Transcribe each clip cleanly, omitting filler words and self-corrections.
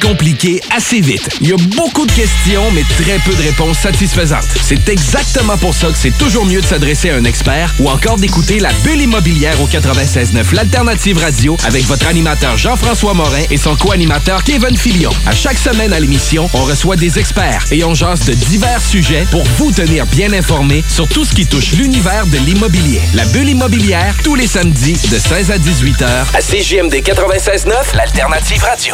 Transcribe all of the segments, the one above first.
compliqué assez vite. Il y a beaucoup de questions, mais très peu de réponses satisfaisantes. C'est exactement pour ça que c'est toujours mieux de s'adresser à un expert ou encore d'écouter la Bulle immobilière au 96.9 l'Alternative Radio avec votre animateur Jean-François Morin et son co-animateur Kevin Filion. À chaque semaine à l'émission, on reçoit des experts et on jase de divers sujets pour vous tenir bien informé sur tout ce qui touche l'univers de l'immobilier. La Bulle immobilière, tous les samedis de 16 à 18 h à CJMD 96.9, l'Alternative Radio.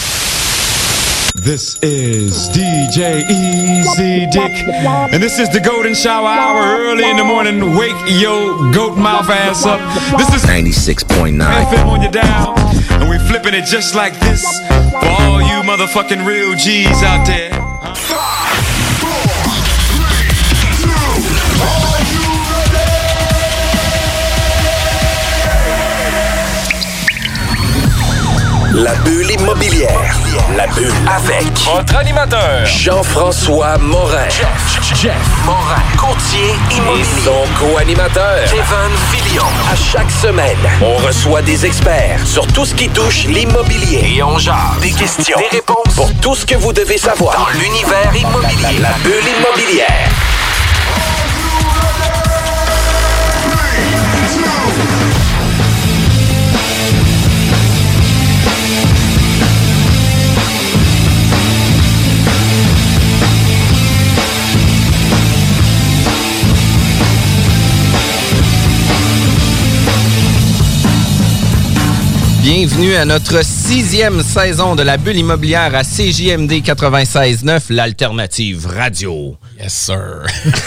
This is DJ Easy Dick, and this is the Golden Shower Hour. Early in the morning, wake your goat mouth ass up. This is 96.9 FM on your dial, and we flipping it just like this for all you motherfucking real G's out there. La Bulle immobilière. La Bulle avec votre animateur Jean-François Morin. Jeff Morin, courtier immobilier. Et son co-animateur Kevin Filion. À chaque semaine, on reçoit des experts sur tout ce qui touche l'immobilier. Et on jase des questions, des réponses pour tout ce que vous devez savoir dans l'univers immobilier. La Bulle immobilière. Bienvenue à notre 6e saison de la Bulle immobilière à CJMD 96.9, l'Alternative Radio. Yes, sir.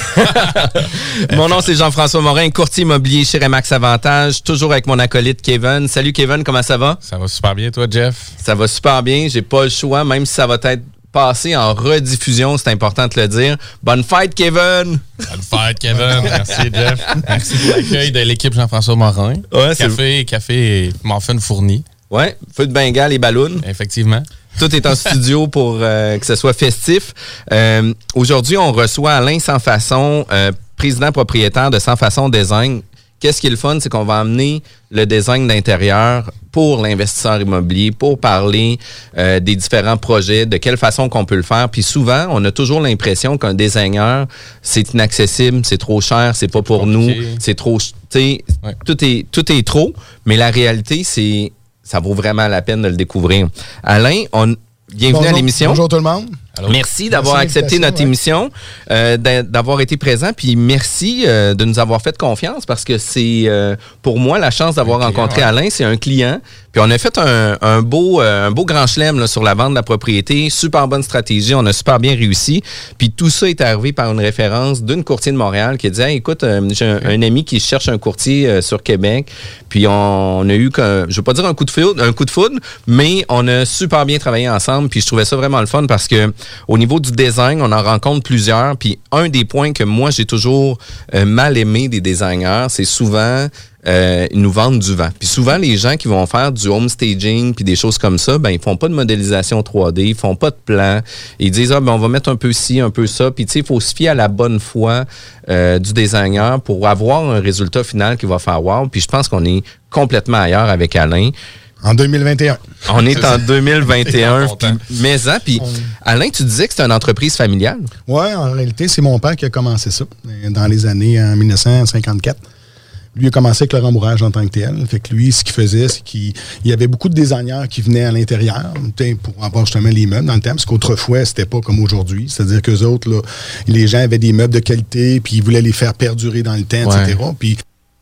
Mon nom, c'est Jean-François Morin, courtier immobilier chez Remax Avantage, toujours avec mon acolyte Kevin. Salut Kevin, comment ça va? Ça va super bien, toi, Jeff? Ça va super bien, j'ai pas le choix, même si ça va être passé en rediffusion, c'est important de te le dire. Bonne fête, Kevin! Bonne fête, Kevin. Merci, Jeff. Merci pour l'accueil de l'équipe Jean-François Morin. Ouais, café et muffin fourni. Ouais, feu de Bengale et ballon. Effectivement. Tout est en studio pour que ce soit festif. Aujourd'hui, on reçoit Alain Sansfaçon, président propriétaire de Sansfaçon Design. Qu'est-ce qui est le fun, c'est qu'on va amener le design d'intérieur pour l'investisseur immobilier, pour parler des différents projets, de quelle façon qu'on peut le faire. Puis souvent, on a toujours l'impression qu'un designer, c'est inaccessible, c'est trop cher, c'est pas pour compliqué. Nous, c'est trop... Ouais. Tout est trop, mais la réalité, c'est ça vaut vraiment la peine de le découvrir. Alain, bienvenue à l'émission. Bonjour tout le monde. Allô. Merci d'avoir accepté notre émission, d'avoir été présent, puis merci de nous avoir fait confiance parce que c'est pour moi la chance d'avoir rencontré Alain, c'est un client. Puis on a fait un beau grand chelem là, sur la vente de la propriété, super bonne stratégie, on a super bien réussi. Puis tout ça est arrivé par une référence d'une courtier de Montréal qui a dit hey, écoute, j'ai un ami qui cherche un courtier sur Québec. Puis on a eu, je veux pas dire un coup de foudre, mais on a super bien travaillé ensemble. Puis je trouvais ça vraiment le fun parce que au niveau du design, on en rencontre plusieurs. Puis un des points que moi, j'ai toujours mal aimé des designers, c'est souvent ils nous vendent du vent. Puis souvent, les gens qui vont faire du home staging puis des choses comme ça, ben ils font pas de modélisation 3D, ils font pas de plan. Ils disent, on va mettre un peu ci, un peu ça. Puis tu sais, il faut se fier à la bonne foi du designer pour avoir un résultat final qui va faire wow. Puis je pense qu'on est complètement ailleurs avec Alain. En 2021. On est en 2021. Puis Alain, tu disais que c'est une entreprise familiale? Oui, en réalité, c'est mon père qui a commencé ça dans les années en 1954. Lui a commencé avec le rembourrage en tant que tel. Fait que lui, ce qu'il faisait, c'est qu'il y avait beaucoup de designers qui venaient à l'intérieur pour avoir justement les meubles dans le temps, parce qu'autrefois, c'était pas comme aujourd'hui. C'est-à-dire qu'eux autres, là, les gens avaient des meubles de qualité, puis ils voulaient les faire perdurer dans le temps, etc. Puis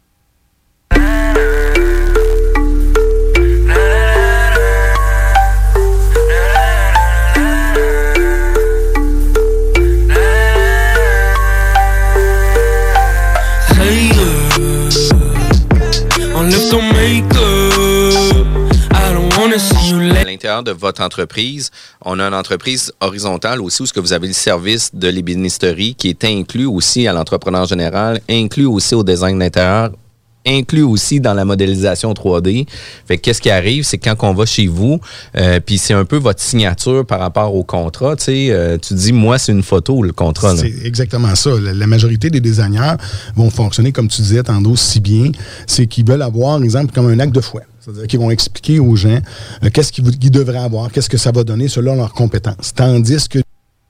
à l'intérieur de votre entreprise, on a une entreprise horizontale aussi où ce que vous avez le service de l'ébénisterie qui est inclus aussi à l'entrepreneur général, inclus aussi au design d'intérieur, inclus aussi dans la modélisation 3D. Fait que qu'est-ce qui arrive, c'est quand on va chez vous, puis c'est un peu votre signature par rapport au contrat. Tu sais, tu dis, moi, c'est une photo, le contrat. Là. C'est exactement ça. La majorité des designers vont fonctionner, comme tu disais tantôt, si bien, c'est qu'ils veulent avoir, par exemple, comme un acte de foi. C'est-à-dire qu'ils vont expliquer aux gens qu'est-ce qu'ils devraient avoir, qu'est-ce que ça va donner selon leurs compétences. Tandis que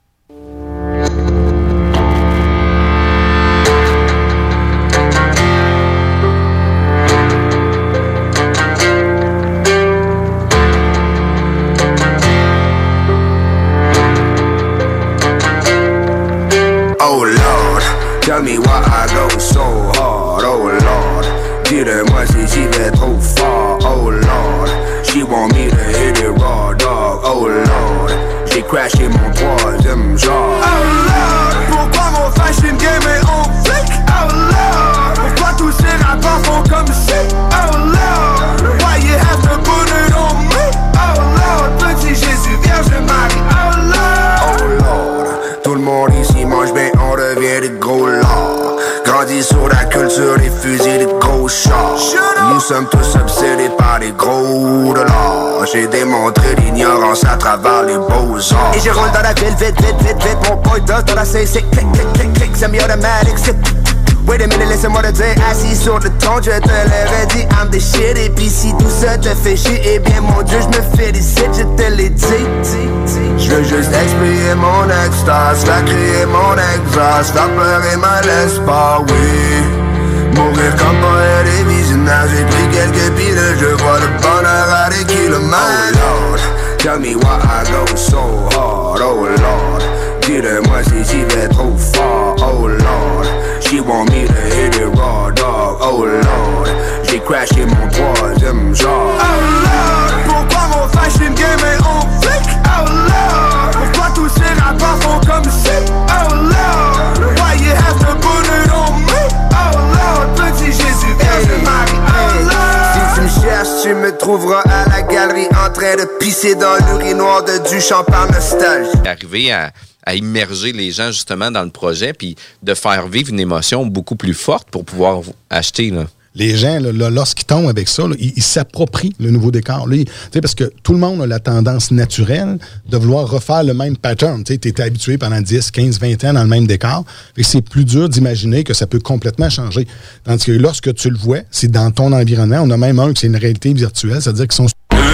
Tell me why I go so hard, oh Lord. Dis-le-moi si j'y vais trop fort, oh Lord. She want me to hit it raw, dog, oh Lord. J'ai crashé mon troisième genre. Oh Lord, pourquoi mon fashion game est en flic? Oh Lord, pourquoi tous ces rappeurs font comme si? Oh Lord, why you have to put it on me? Oh Lord, petit Jésus, Vierge Marie, oh Lord. Oh Lord, tout le monde ici mange bien, on devient des gros lords. Grandis sur la culture des fusils, des gros chars. Nous sommes tous obsédés par les gros dollars. J'ai démontré l'ignorance à travers les beaux-arts. Et je roule dans la ville, vite, vite, vite, vite. Mon boy does dans la CC, clic, clic, clic, clic. Semi-automatic, c'est... Wait a minute, laisse-moi te dire. Assis sur le ton, je te l'aurais dit. I'm the shit, et puis si tout ça te fait chier, eh bien mon Dieu, je me félicite, je te l'ai dit. Je veux juste expier mon extase, faire crier mon exhaust, faire pleurer ma l'espoir, oui. Mourir comme poète et visionnaire, j'ai pris quelques piles, je vois le bonheur à des kilomètres. Oh Lord, tell me why I go so hard, oh Lord. Dis-le-moi si j'y vais trop fort, oh Lord. She want me to hit it raw, dog, oh Lord. J'ai crashé mon troisième genre. Oh Lord, pourquoi mon fashion game est en flic? Oh Lord, pourquoi tous ces rappeurs font comme si? Oh Lord, why you have to put it on me? Oh Lord, petit Jésus, Vierge Marie, oh Lord. Si tu me cherches, tu me trouveras à la galerie en train de pisser dans l'urinoir de Duchamp par nostalgie. Arriver à immerger les gens justement dans le projet puis de faire vivre une émotion beaucoup plus forte pour pouvoir acheter. Là. Les gens, là, lorsqu'ils tombent avec ça, là, ils s'approprient le nouveau décor. Là, parce que tout le monde a la tendance naturelle de vouloir refaire le même pattern. Tu étais habitué pendant 10, 15, 20 ans dans le même décor. Fait que c'est plus dur d'imaginer que ça peut complètement changer. Tandis que lorsque tu le vois, c'est dans ton environnement. On a même un que c'est une réalité virtuelle, c'est-à-dire qu'ils sont...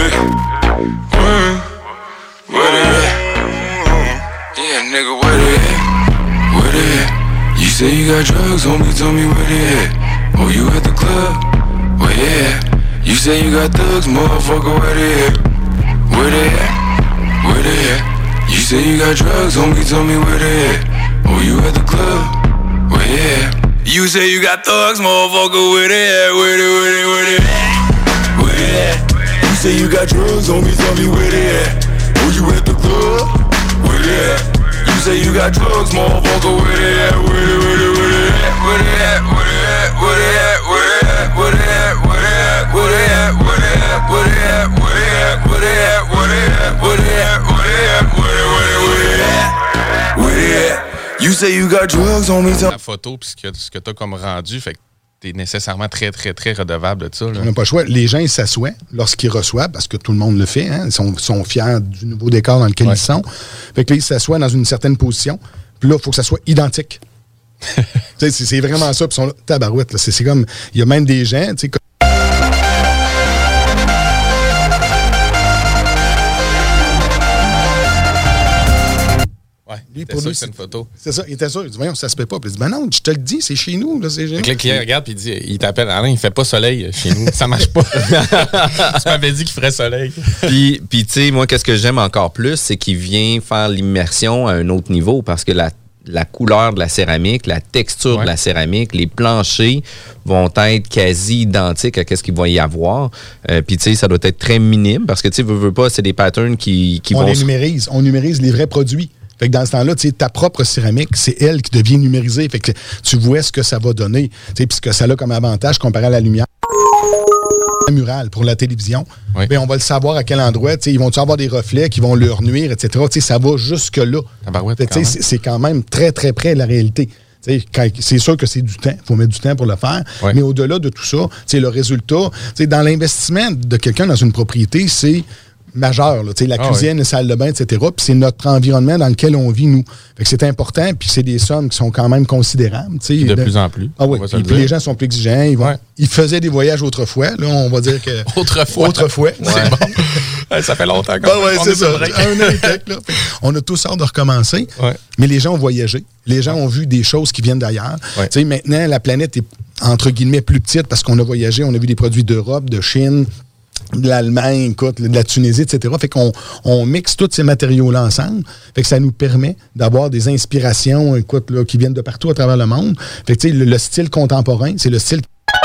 Nigga, where they at? Where they at? You say you got drugs, homie, tell me where they at? Oh, you at the club? Where they at? You say you got thugs, motherfucker, where they at? Where they at? Where they at? You say you got drugs, homie, tell me where they at? Oh, you at the club? Where they at? You say you got thugs, motherfucker, where they at? Where they at? Where they at? You say you got drugs, homie, tell me where they at? Oh, you at the club? Where they at? You say you got drugs, motherfucker, where they at? Where they at? Where they at? Where they at? Where they at? Where they at? Where they at? Where they at? Where they at? Where they at? Where they at? Where they at? Where they at? Where they at? Where they at? Where they at? You say you got drugs, homie. La photo puis ce que t'as comme rendu, fait que t'es nécessairement très, très, très redevable de ça. Là. On n'a pas le choix. Les gens, ils s'assoient lorsqu'ils reçoivent, parce que tout le monde le fait. Hein? Ils sont fiers du nouveau décor dans lequel ils sont. Fait que là, ils s'assoient dans une certaine position. Puis là, il faut que ça soit identique. c'est vraiment ça. Puis ils sont là, tabarouette. Là. C'est comme, il y a même des gens, tu sais, Lui, pour lui, c'est une photo. C'est ça, il était sûr. Il dit, voyons, ça se fait pas. Puis il dit, ben non, je te le dis, c'est chez nous. Là, c'est chez nous. Le client regarde et il t'appelle, Alain, il fait pas soleil chez nous. Ça marche pas. Tu m'avais dit qu'il ferait soleil. Puis tu sais, moi, qu'est-ce que j'aime encore plus, c'est qu'il vient faire l'immersion à un autre niveau parce que la couleur de la céramique, la texture de la céramique, les planchers vont être quasi identiques à ce qu'il va y avoir. Puis, tu sais, ça doit être très minime parce que, tu sais, veux pas, c'est des patterns qui on vont... On numérise les vrais produits. Fait que dans ce temps-là, ta propre céramique, c'est elle qui devient numérisée. Fait que tu vois ce que ça va donner. Puis ce que ça a comme avantage comparé à la lumière murale pour la télévision, bien, on va le savoir à quel endroit. Ils vont-tu avoir des reflets qui vont leur nuire, etc. Ça va jusque-là. C'est quand même très, très près de la réalité. C'est sûr que c'est du temps. Il faut mettre du temps pour le faire. Mais au-delà de tout ça, le résultat, dans l'investissement de quelqu'un dans une propriété, c'est majeur, là, la cuisine, les salles de bain, etc. Puis c'est notre environnement dans lequel on vit, nous. Fait que c'est important, puis c'est des sommes qui sont quand même considérables. De plus en plus. Ah oui, puis les gens sont plus exigeants. Ils faisaient des voyages autrefois. Là, on va dire que... Autrefois. C'est bon. Ça fait longtemps c'est ça. Un an et quelques, là. On a tous hâte de recommencer, mais les gens ont voyagé. Les gens ont vu des choses qui viennent d'ailleurs. Maintenant, la planète est, entre guillemets, plus petite parce qu'on a voyagé, on a vu des produits d'Europe, de Chine, de l'Allemagne, de la Tunisie, etc. Fait qu'on mixe tous ces matériaux-là ensemble. Fait que ça nous permet d'avoir des inspirations, qui viennent de partout à travers le monde. Fait que le style contemporain, c'est le style...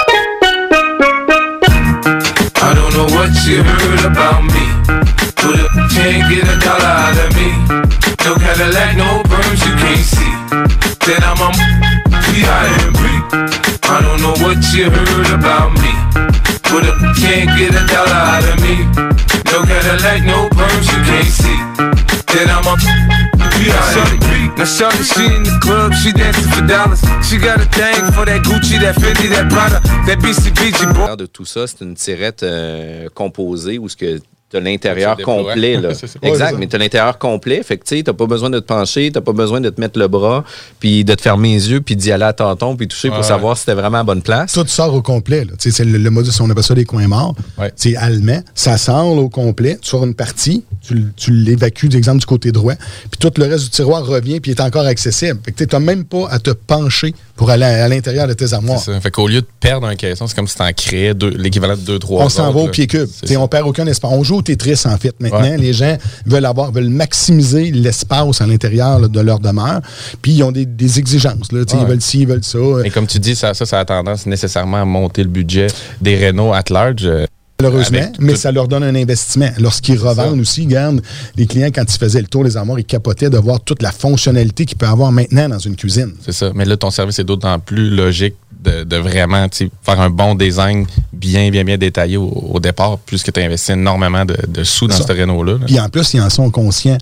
I don't know what you heard about me, but you can't get a dollar out of me. No Cadillac, no perms you can't see. Then I'm a P.I.M.B. I don't know what you heard about me, but you can't get a dollar out of me. No Cadillac, no perms you can't see. Then I'm a P.I.M.B. Now shorty, she in the club, she dancing for dollars. She got a thing for that Gucci, that Fendi, that Prada, that BCBG. De tout ça, c'est une tirette composée où ce que tu as l'intérieur complet. Là. Exact, mais tu as l'intérieur complet. Fait que tu n'as pas besoin de te pencher, tu n'as pas besoin de te mettre le bras, puis de te fermer les yeux, puis d'y aller à tâtons, puis toucher pour savoir si c'était vraiment à bonne place. Tout sort au complet. C'est le modus, on appelle ça des coins morts. C'est allemand. Ça sort là, au complet. Tu sors une partie, tu l'évacues, d'exemple, du côté droit, puis tout le reste du tiroir revient, puis est encore accessible. Fait que tu n'as même pas à te pencher pour aller à l'intérieur de tes armoires. C'est ça. Fait qu'au lieu de perdre un caisson, c'est comme si tu en créais l'équivalent de 2-3 On s'en va au pied cube. On perd aucun espace. On joue au Tetris, en fait. Maintenant, les gens veulent maximiser l'espace à l'intérieur de leur demeure. Puis, ils ont des exigences. Là. Ils veulent ci, ils veulent ça. Et comme tu dis, ça a tendance nécessairement à monter le budget des rénaux at large. Malheureusement, mais ça leur donne un investissement. Lorsqu'ils revendent aussi, regarde, les clients, quand ils faisaient le tour des armoires, ils capotaient de voir toute la fonctionnalité qu'il peut avoir maintenant dans une cuisine. C'est ça. Mais là, ton service est d'autant plus logique de vraiment faire un bon design bien détaillé au départ, puisque tu as investi énormément de sous dans ce réno-là. Puis en plus, ils en sont conscients.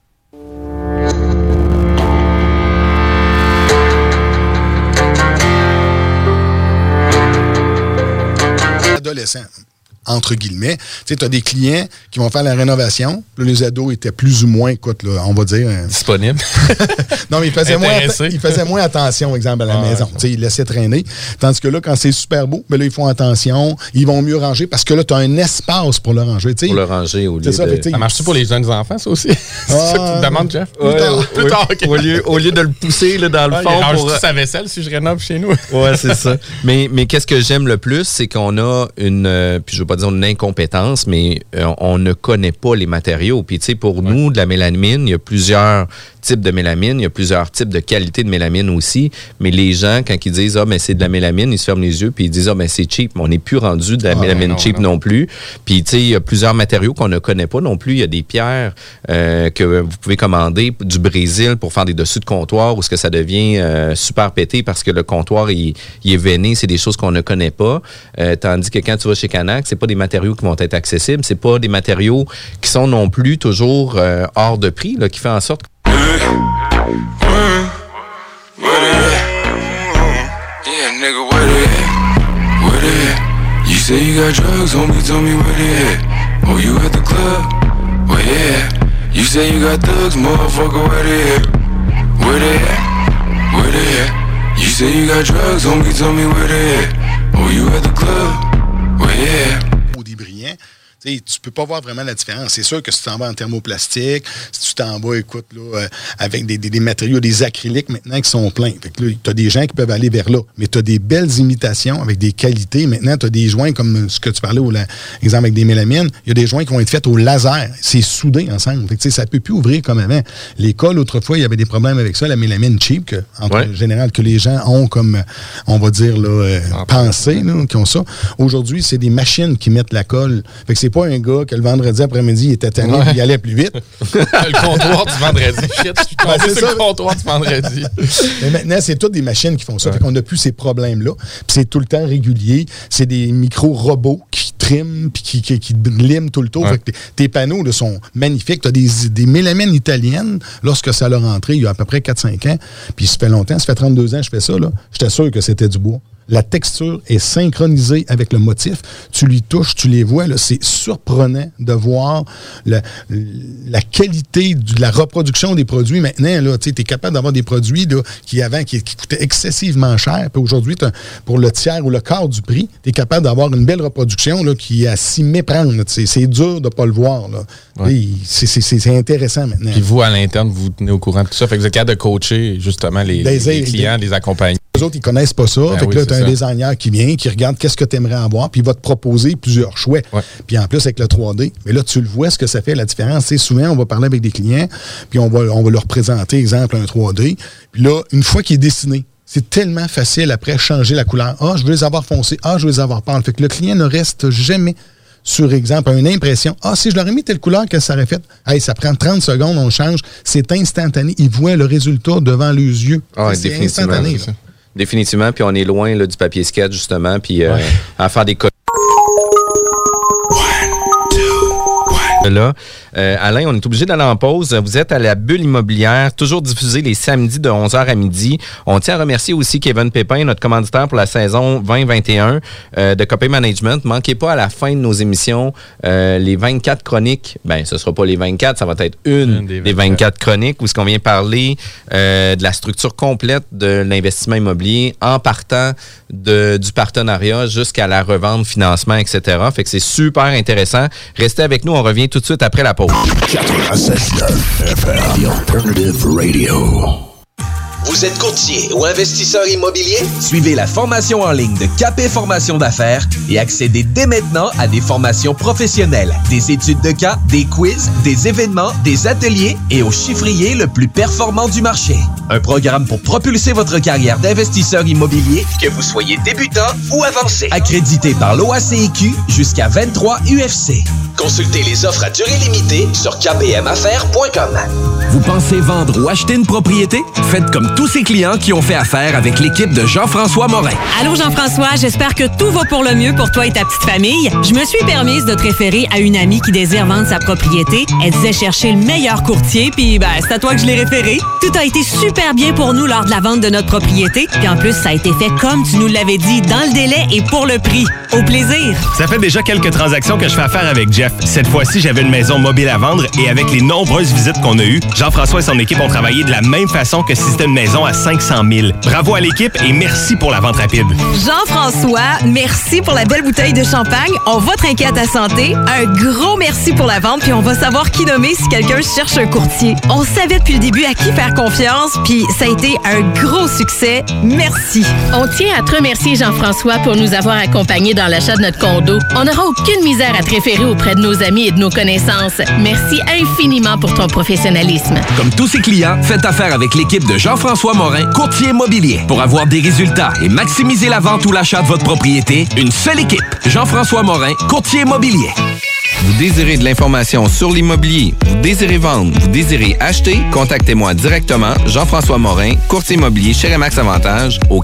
Adolescents. Entre guillemets. Tu sais, tu as des clients qui vont faire la rénovation. Là, les ados étaient plus ou moins, on va dire... disponibles. Non, mais ils faisaient moins attention, exemple, à la maison. Tu sais, ils laissaient traîner. Tandis que là, quand c'est super beau, ben là, ils font attention. Ils vont mieux ranger parce que là, tu as un espace pour le ranger. Pour le ranger au lieu de... Ça marche-tu pour les jeunes enfants, ça aussi? C'est ça que tu te demandes, Jeff? Plus tard, okay. Au lieu de le pousser là, dans le fond... Il range sa vaisselle si je rénove chez nous. Ouais, c'est ça. Mais qu'est-ce que j'aime le plus, c'est qu'on a une... puis je veux pas dire une incompétence, mais on ne connaît pas les matériaux. Puis, tu sais, pour nous, de la mélamine, il y a plusieurs types de mélamine, il y a plusieurs types de qualités de mélamine aussi. Mais les gens, quand ils disent « Ah, mais c'est de la mélamine », ils se ferment les yeux puis ils disent « Ah, mais c'est cheap ». Mais on n'est plus rendu de la mélamine cheap non plus. Puis, tu sais, il y a plusieurs matériaux qu'on ne connaît pas non plus. Il y a des pierres que vous pouvez commander du Brésil pour faire des dessus de comptoir où ce que ça devient super pété parce que le comptoir, il est veiné. C'est des choses qu'on ne connaît pas. Tandis que quand tu vas chez Canac, c'est pas des matériaux qui vont être accessibles. C'est pas des matériaux qui sont non plus toujours hors de prix, là, qui fait en sorte que... Yeah, nigga, where they at? Where they at? You say you got drugs, homie, tell me where they at? Oh, you at the club? Where they at? You say you got thugs, motherfucker, where they at? Where they at? Where they at? You say you got drugs, homie, tell me where they at? Oh, you at the club? Where they at? Tu peux pas voir vraiment la différence. C'est sûr que si tu t'en vas en thermoplastique, si tu t'en vas, écoute, là, avec des matériaux, des acryliques maintenant qui sont pleins. Fait que là, tu as des gens qui peuvent aller vers là. Mais tu as des belles imitations avec des qualités. Maintenant, tu as des joints comme ce que tu parlais, exemple avec des mélamines. Il y a des joints qui vont être faits au laser. C'est soudé ensemble. Fait que, ça peut plus ouvrir comme avant. L'école, autrefois, il y avait des problèmes avec ça. La mélamine cheap, en général, que les gens ont comme, on va dire, là, pensé, là, qui ont ça. Aujourd'hui, c'est des machines qui mettent la colle. Fait que c'est pas un gars que le vendredi après-midi, il était tanné et il allait plus vite. Le comptoir du vendredi. Shit, je suis tombé sur le comptoir du vendredi. Mais maintenant, c'est toutes des machines qui font ça. Fait qu'on n'a plus ces problèmes-là. Puis c'est tout le temps régulier. C'est des micro-robots qui triment puis qui liment tout le tour. Fait que tes panneaux là, sont magnifiques. Tu as des mélamines italiennes lorsque ça l'a rentré il y a à peu près 4-5 ans. Puis ça fait longtemps, ça fait 32 ans que je fais ça. J'étais sûr que c'était du bois. La texture est synchronisée avec le motif. Tu lui touches, tu les vois. Là, c'est surprenant de voir la qualité de la reproduction des produits. Maintenant, tu es capable d'avoir des produits là, qui coûtaient excessivement cher. Puis aujourd'hui, pour le tiers ou le quart du prix, tu es capable d'avoir une belle reproduction là, qui est à s'y méprendre. C'est dur de ne pas le voir. Là. Ouais. C'est intéressant maintenant. Puis vous, à l'interne, vous tenez au courant de tout ça. Fait que vous êtes capable de coacher justement les clients, les accompagner. Les autres, ils connaissent pas ça. Fait que là, tu as un designer qui vient, qui regarde qu'est-ce que tu aimerais avoir, puis il va te proposer plusieurs choix. Ouais. Puis en plus, avec le 3D, mais là, tu le vois, ce que ça fait, la différence. C'est souvent, on va parler avec des clients, puis on va leur présenter, exemple, un 3D. Puis là, une fois qu'il est dessiné, c'est tellement facile après changer la couleur. Ah, je veux les avoir foncés. Ah, je veux les avoir pâles. Fait que le client ne reste jamais sur exemple, une impression. Ah, si je leur ai mis telle couleur, qu'est-ce que ça aurait fait? Hey, ça prend 30 secondes, on change. C'est instantané. Ils voient le résultat devant leurs yeux. Ah, c'est instantané. Définitivement. Puis on est loin là, du papier sketch, justement. Puis à faire des là. Alain, on est obligé d'aller en pause. Vous êtes à la Bulle immobilière, toujours diffusé les samedis de 11h à midi. On tient à remercier aussi Kevin Pépin, notre commanditaire pour la saison 2021 de Copay Management. Manquez pas à la fin de nos émissions les 24 chroniques. Ben, ce sera pas les 24, ça va être une des 24 chroniques où ce qu'on vient parler de la structure complète de l'investissement immobilier en partant du partenariat jusqu'à la revente, financement, etc. Fait que c'est super intéressant. Restez avec nous, on revient tout de suite après la pause. 96.9 FM, The Alternative Radio. Vous êtes courtier ou investisseur immobilier? Suivez la formation en ligne de Capé Formation d'affaires et accédez dès maintenant à des formations professionnelles, des études de cas, des quiz, des événements, des ateliers et au chiffrier le plus performant du marché. Un programme pour propulser votre carrière d'investisseur immobilier, que vous soyez débutant ou avancé. Accrédité par l'OACIQ jusqu'à 23 UFC. Consultez les offres à durée limitée sur kbmaffaires.com. Vous pensez vendre ou acheter une propriété? Faites comme tous ces clients qui ont fait affaire avec l'équipe de Jean-François Morin. Allô Jean-François, j'espère que tout va pour le mieux pour toi et ta petite famille. Je me suis permise de te référer à une amie qui désire vendre sa propriété. Elle disait chercher le meilleur courtier, puis c'est à toi que je l'ai référé. Tout a été super bien pour nous lors de la vente de notre propriété. Puis en plus, ça a été fait comme tu nous l'avais dit, dans le délai et pour le prix. Au plaisir! Ça fait déjà quelques transactions que je fais affaire avec Jeff. Cette fois-ci, j'avais une maison mobile à vendre et avec les nombreuses visites qu'on a eues, Jean-François et son équipe ont travaillé de la même façon que si c'était une maison à 500 000. Bravo à l'équipe et merci pour la vente rapide. Jean-François, merci pour la belle bouteille de champagne. On va trinquer à ta santé. Un gros merci pour la vente, puis on va savoir qui nommer si quelqu'un cherche un courtier. On savait depuis le début à qui faire confiance, puis ça a été un gros succès. Merci. On tient à te remercier, Jean-François, pour nous avoir accompagnés dans l'achat de notre condo. On n'aura aucune misère à te référer auprès de nos amis et de nos connaissances. Merci infiniment pour ton professionnalisme. Comme tous ses clients, faites affaire avec l'équipe de Jean-François Morin, courtier immobilier. Pour avoir des résultats et maximiser la vente ou l'achat de votre propriété, une seule équipe. Jean-François Morin, courtier immobilier. Vous désirez de l'information sur l'immobilier, vous désirez vendre, vous désirez acheter, contactez-moi directement, Jean-François Morin, courtier immobilier chez Remax Avantage, au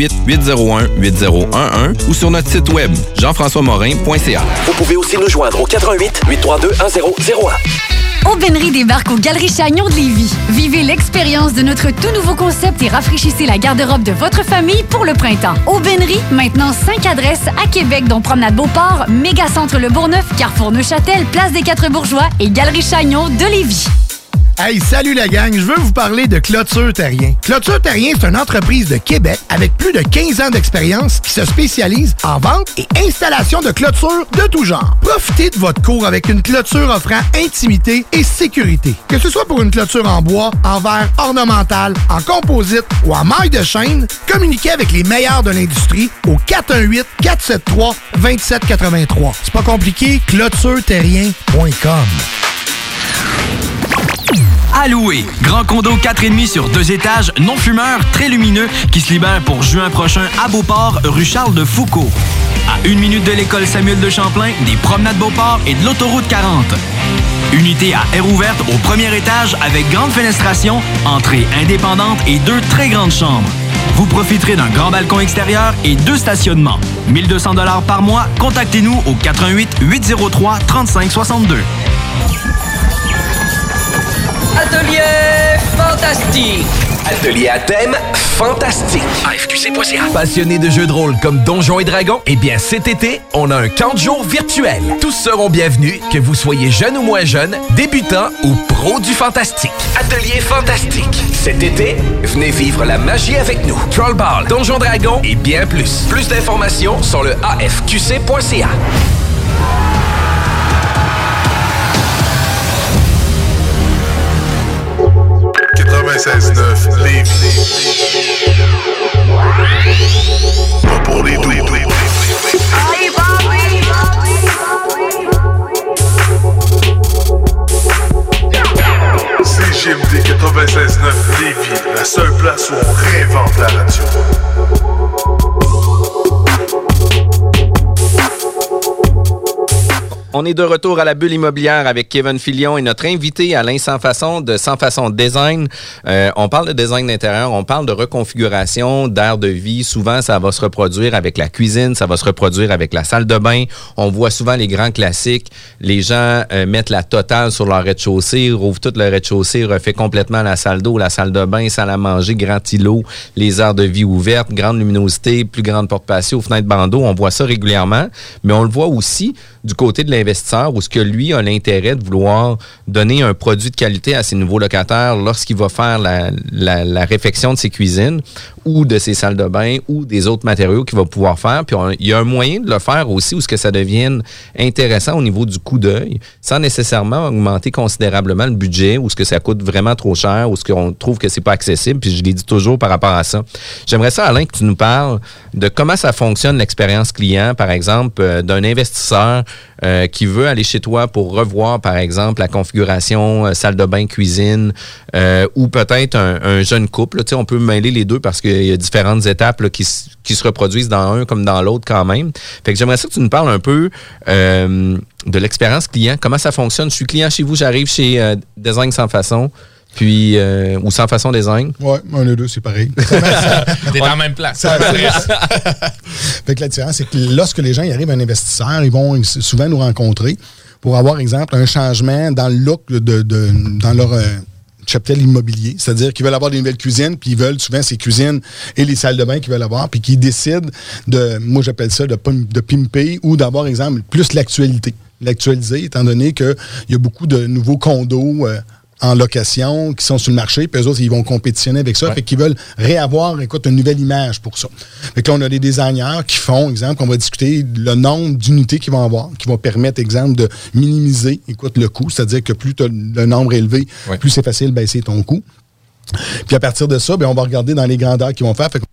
418-801-8011 ou sur notre site web, jean-françois-morin.ca. Vous pouvez aussi nous joindre au 418-832-1001. Aubainerie débarque aux Galeries Chagnon de Lévis. Vivez l'expérience de notre tout nouveau concept et rafraîchissez la garde-robe de votre famille pour le printemps. Aubainerie, maintenant 5 adresses à Québec, dont Promenade Beauport, Mégacentre Le Bourgneuf, Carrefour Neuchâtel, Place des Quatre-Bourgeois et Galerie Chagnon de Lévis. Hey, salut la gang, je veux vous parler de Clôture Terrien. Clôture Terrien, c'est une entreprise de Québec avec plus de 15 ans d'expérience qui se spécialise en vente et installation de clôtures de tout genre. Profitez de votre cour avec une clôture offrant intimité et sécurité. Que ce soit pour une clôture en bois, en verre ornemental, en composite ou en maille de chêne, communiquez avec les meilleurs de l'industrie au 418-473-2783. C'est pas compliqué, clôtureterrien.com. À louer. Grand condo 4,5 sur 2 étages, non fumeur, très lumineux, qui se libère pour juin prochain à Beauport, rue Charles de Foucault. À 1 minute de l'école Samuel de Champlain, des promenades Beauport et de l'autoroute 40. Unité à air ouverte au premier étage avec grande fenestration, entrée indépendante et 2 très grandes chambres. Vous profiterez d'un grand balcon extérieur et 2 stationnements. 1 200 $ par mois. Contactez-nous au 418-803-3562. Atelier fantastique. Atelier à thème fantastique. AFQC.ca. Passionné de jeux de rôle comme Donjons et Dragons? Eh bien, cet été, on a un camp de jour virtuel. Tous seront bienvenus, que vous soyez jeune ou moins jeune, débutant ou pro du fantastique. Atelier fantastique. Cet été, venez vivre la magie avec nous. Trollball, Donjons Dragons et bien plus. Plus d'informations sur le AFQC.ca. Pas pour les doux. CGMD 96.9 Lévis, la seule place où on réinvente la radio. On est de retour à la bulle immobilière avec Kevin Filion et notre invité Alain Sans Façon de Sans Façon Design. On parle de design d'intérieur, on parle de reconfiguration, d'air de vie. Souvent, ça va se reproduire avec la cuisine, ça va se reproduire avec la salle de bain. On voit souvent les grands classiques. Les gens mettent la totale sur leur rez-de-chaussée, rouvrent tout le rez-de-chaussée, refait complètement la salle d'eau, la salle de bain, salle à manger, grand îlot, les aires de vie ouvertes, grande luminosité, plus grande porte patio, fenêtre bandeau. On voit ça régulièrement, mais on le voit aussi du côté de l'investisseur où ce que lui a l'intérêt de vouloir donner un produit de qualité à ses nouveaux locataires lorsqu'il va faire la réfection de ses cuisines ou de ses salles de bain ou des autres matériaux qu'il va pouvoir faire. Puis il y a un moyen de le faire aussi où ce que ça devienne intéressant au niveau du coup d'œil sans nécessairement augmenter considérablement le budget ou ce que ça coûte vraiment trop cher ou ce qu'on trouve que c'est pas accessible. Puis je l'ai dit toujours par rapport à ça. J'aimerais ça, Alain, que tu nous parles de comment ça fonctionne l'expérience client, par exemple, d'un investisseur qui veut aller chez toi pour revoir, par exemple, la configuration salle de bain, cuisine, ou peut-être un jeune couple. Tu sais, on peut mêler les deux parce qu'il y a différentes étapes là, qui se reproduisent dans un comme dans l'autre quand même. Fait que j'aimerais ça que tu nous parles un peu de l'expérience client. Comment ça fonctionne? Je suis client chez vous, j'arrive chez Design Sans Façon. Puis, ou Sans Façon Design. Oui, un des deux, c'est pareil. T'es dans la même place. Fait que la différence, c'est que lorsque les gens y arrivent, un investisseur, ils vont souvent nous rencontrer pour avoir, exemple, un changement dans le look dans leur cheptel immobilier. C'est-à-dire qu'ils veulent avoir des nouvelles cuisines, puis ils veulent souvent ces cuisines et les salles de bain qu'ils veulent avoir, puis qu'ils décident de, moi j'appelle ça de pimper ou d'avoir, exemple, plus l'actualité. L'actualiser, étant donné qu'il y a beaucoup de nouveaux condos en location, qui sont sur le marché, puis eux autres, ils vont compétitionner avec ça. Ouais. Fait qu'ils veulent réavoir, une nouvelle image pour ça. Fait que là, on a des designers qui font, exemple, on va discuter le nombre d'unités qu'ils vont avoir, qui vont permettre, exemple, de minimiser, le coût. C'est-à-dire que plus le nombre est élevé, plus c'est facile de baisser ton coût. Puis à partir de ça, on va regarder dans les grandeurs qu'ils vont faire. Fait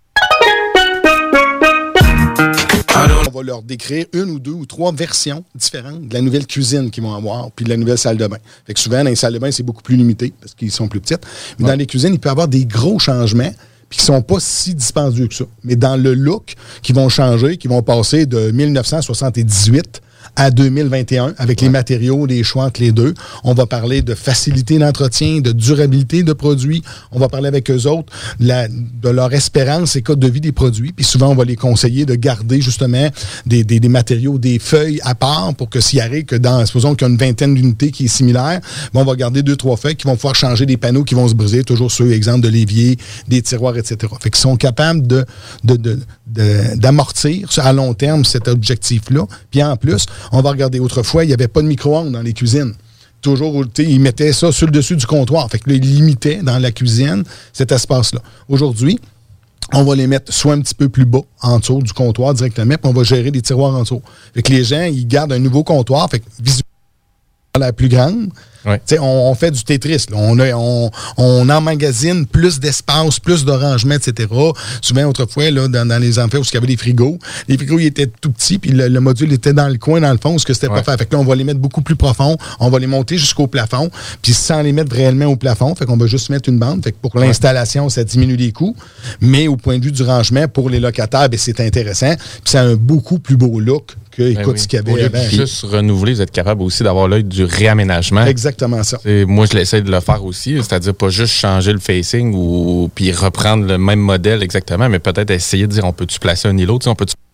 on va leur décrire une ou deux ou trois versions différentes de la nouvelle cuisine qu'ils vont avoir, puis de la nouvelle salle de bain. Fait que souvent, dans les salles de bain, c'est beaucoup plus limité, parce qu'ils sont plus petites. Mais dans les cuisines, il peut y avoir des gros changements, puis qui ne sont pas si dispendieux que ça. Mais dans le look, qui vont changer, qui vont passer de 1978 à 2021, avec les matériaux, les choix entre les deux. On va parler de facilité d'entretien, de durabilité de produits. On va parler avec eux autres de leur espérance et code de vie des produits. Puis souvent, on va les conseiller de garder justement des matériaux, des feuilles à part pour que s'il arrive que supposons qu'il y a une vingtaine d'unités qui est similaire, on va garder 2-3 feuilles qui vont pouvoir changer des panneaux qui vont se briser, toujours ceux, exemple, de l'évier, des tiroirs, etc. Fait qu'ils sont capables d'amortir à long terme cet objectif-là. Puis en plus, on va regarder. Autrefois, il n'y avait pas de micro-ondes dans les cuisines. Toujours, ils mettaient ça sur le dessus du comptoir. Fait que là, ils limitaient dans la cuisine cet espace-là. Aujourd'hui, on va les mettre soit un petit peu plus bas, en dessous du comptoir directement, puis on va gérer des tiroirs en dessous. Fait que les gens, ils gardent un nouveau comptoir. Fait que visuellement, la plus grande. Ouais. On fait du Tetris. Là. On emmagasine plus d'espace, plus de rangement, etc. Souvent, autrefois, là, dans les amphis où il y avait des frigos, les frigos ils étaient tout petits, puis le module était dans le coin, dans le fond, ce que c'était pas fait. Fait que là, on va les mettre beaucoup plus profond, on va les monter jusqu'au plafond, puis sans les mettre réellement au plafond, fait qu'on va juste mettre une bande. Fait que pour l'installation, ça diminue les coûts, mais au point de vue du rangement, pour les locataires, c'est intéressant, puis c'est un beaucoup plus beau look que, ce qu'il y avait avant. Juste renouveler, vous êtes capable aussi d'avoir l'œil du réaménagement. Exactement ça. Moi, je l'essaie de le faire aussi, c'est-à-dire pas juste changer le facing puis reprendre le même modèle exactement, mais peut-être essayer de dire on peut-tu placer un îlot, on peut-tu...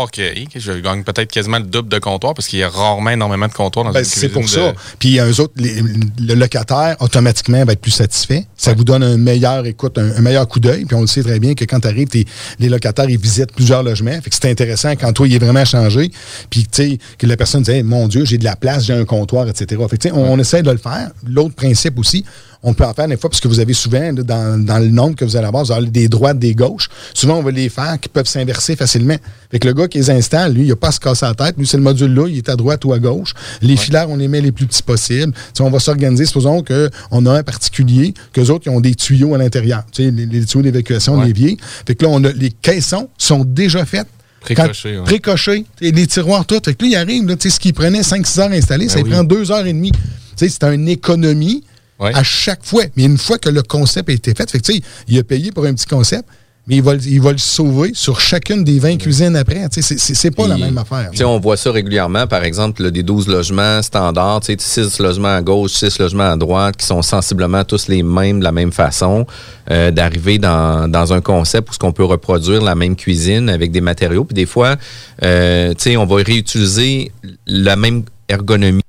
comptoir que je gagne peut-être quasiment le double de comptoir parce qu'il y a rarement énormément de comptoirs dans une cuisine. C'est pour ça. Puis eux autres, le locataire, automatiquement, va être plus satisfait. Ça vous donne un meilleur coup d'œil. Puis on le sait très bien que quand tu arrives, les locataires, ils visitent plusieurs logements. Fait que c'est intéressant quand toi, il est vraiment changé. Puis, tu sais, que la personne dit, hey, mon Dieu, j'ai de la place, j'ai un comptoir, etc. Fait que, tu sais, on essaie de le faire. L'autre principe aussi, on peut en faire des fois, parce que vous avez souvent, là, dans le nombre que vous allez avoir, vous avez des droites, des gauches. Souvent, on va les faire qui peuvent s'inverser facilement. Fait que le gars qui les installe, lui, il n'a pas à se casser la tête. Lui, c'est le module là, il est à droite ou à gauche. Les filaires, on les met les plus petits possibles. T'sais, on va s'organiser. Supposons qu'on a un particulier, qu'eux autres, ils ont des tuyaux à l'intérieur. Les tuyaux d'évacuation, l'évier. Fait que là, les caissons sont déjà faits. Précochés. Les tiroirs, tout. Fait que lui, il arrive, là, ce qui prenait 5-6 heures à installer, ça prend 2 heures et demie. C'est une économie à chaque fois. Mais une fois que le concept a été fait, fait que, il a payé pour un petit concept, mais il va le sauver sur chacune des 20 cuisines après. C'est pas la même affaire. On voit ça régulièrement, par exemple, des 12 logements standards, 6 logements à gauche, 6 logements à droite, qui sont sensiblement tous les mêmes, de la même façon, d'arriver dans un concept où on peut reproduire la même cuisine avec des matériaux. Puis des fois, on va réutiliser la même ergonomie.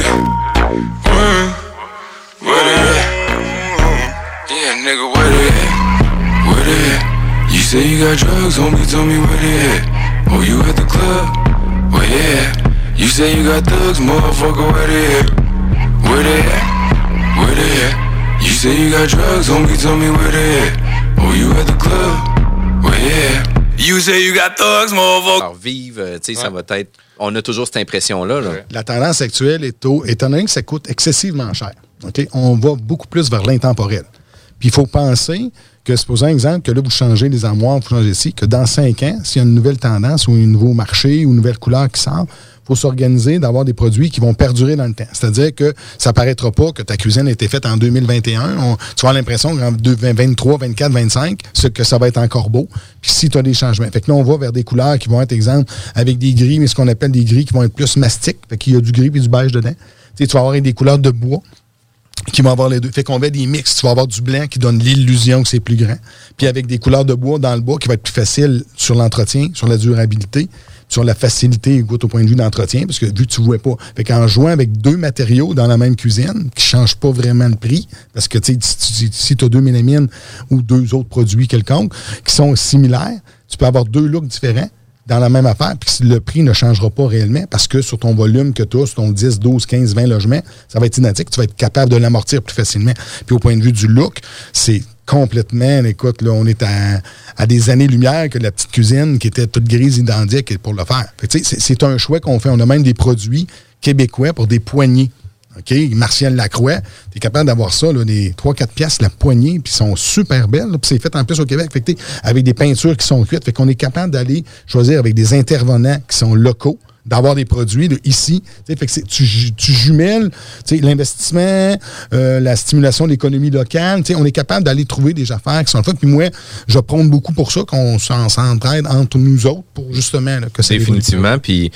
You say you got drugs, homie, tell me where they at. Oh, you at the club? Well, yeah. You say you got thugs, motherfucker, where they at? Where they at? Where they at? You say you got drugs, homie, tell me where they at. Oh, you at the club? Well, yeah. You say you got thugs, motherfucker. Alors, vive, ça va être... On a toujours cette impression-là. Là. La tendance actuelle est étant donné que ça coûte excessivement cher, okay? On va beaucoup plus vers l'intemporel. Puis il faut penser que, supposons un exemple, que là, vous changez les armoires, vous changez ici, que dans 5 ans, s'il y a une nouvelle tendance ou un nouveau marché ou une nouvelle couleur qui sort, il faut s'organiser d'avoir des produits qui vont perdurer dans le temps. C'est-à-dire que ça ne paraîtra pas que ta cuisine a été faite en 2021. Tu vas avoir l'impression qu'en 2023, 2024, 2025, que ça va être encore beau. Puis si tu as des changements. Fait que là, on va vers des couleurs qui vont être, exemple, avec des gris, mais ce qu'on appelle des gris qui vont être plus mastiques. Fait qu'il y a du gris et du beige dedans. Tu vas avoir des couleurs de bois qui vont avoir les deux. Fait qu'on met des mix. Tu vas avoir du blanc qui donne l'illusion que c'est plus grand. Puis avec des couleurs de bois dans le bois qui va être plus facile sur l'entretien, sur la durabilité, sur la facilité, écoute, au point de vue d'entretien, parce que vu que tu ne vois pas. Fait qu'en jouant avec 2 matériaux dans la même cuisine, qui ne changent pas vraiment le prix, parce que si tu as 2 mélamines ou 2 autres produits quelconques qui sont similaires, tu peux avoir 2 looks différents dans la même affaire, puis le prix ne changera pas réellement parce que sur ton volume que tu as, sur ton 10, 12, 15, 20 logements, ça va être identique. Tu vas être capable de l'amortir plus facilement. Puis au point de vue du look, c'est complètement, écoute, là, on est à des années-lumière que la petite cuisine qui était toute grise identique pour le faire. Fait que, c'est un choix qu'on fait. On a même des produits québécois pour des poignées. OK? Martial Lacroix, tu es capable d'avoir ça, là, des 3-4 piastres la poignée, puis ils sont super belles. Puis c'est fait en plus au Québec, fait que avec des peintures qui sont cuites. Fait qu'on est capable d'aller choisir avec des intervenants qui sont locaux, d'avoir des produits de ici. Fait que tu jumelles l'investissement, la stimulation de l'économie locale. On est capable d'aller trouver des affaires qui sont le fun. Puis moi, je prône beaucoup pour ça, qu'on s'entraide entre nous autres pour justement là, que ça définitivement. Puis,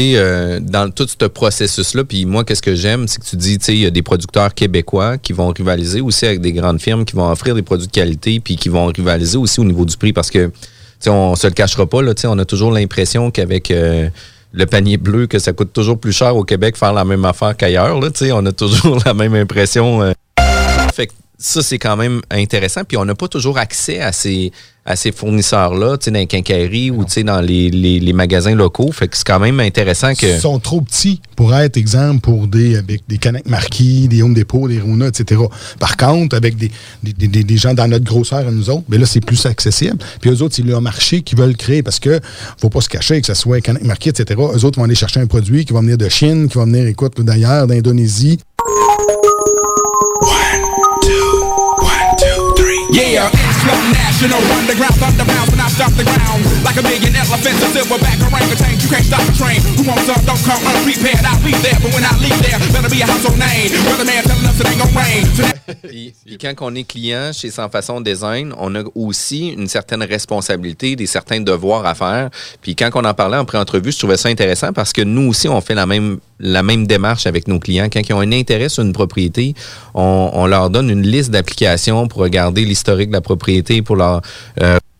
dans tout ce processus-là, puis moi, qu'est-ce que j'aime, c'est que tu dis, il y a des producteurs québécois qui vont rivaliser aussi avec des grandes firmes qui vont offrir des produits de qualité puis qui vont rivaliser aussi au niveau du prix parce que, on se le cachera pas, là, on a toujours l'impression qu'avec... le panier bleu, que ça coûte toujours plus cher au Québec faire la même affaire qu'ailleurs. Là, on a toujours la même impression. Fait que ça, c'est quand même intéressant. Puis on n'a pas toujours accès à ces fournisseurs-là, dans les quincailleries ou dans les magasins locaux. Fait que c'est quand même intéressant que... Ils sont trop petits pour être, exemple, pour des Canac Marquis, des Home Depot, des Rona, etc. Par contre, avec des gens dans notre grosseur à nous autres, bien là, c'est plus accessible. Puis eux autres, c'est leur marché qu'ils veulent créer parce que faut pas se cacher que ce soit Canac Marquis, etc. Eux autres vont aller chercher un produit qui va venir de Chine, qui va venir, écoute, d'ailleurs, d'Indonésie. Yeah, it's your national underground thunderbounds when I stop the ground like a million elephants, a silverback orangutan. You can't stop the train. Who wants some? Don't come unprepared. I'll be there, but when I leave there, better be a household name. Weatherman telling us it ain't gonna rain. Puis quand on est client chez Sans Façon Design, on a aussi une certaine responsabilité, certains devoirs à faire. Puis quand on en parlait en pré-entrevue, je trouvais ça intéressant parce que nous aussi, on fait la même démarche avec nos clients. Quand ils ont un intérêt sur une propriété, on leur donne une liste d'applications pour regarder l'historique de la propriété, pour leur...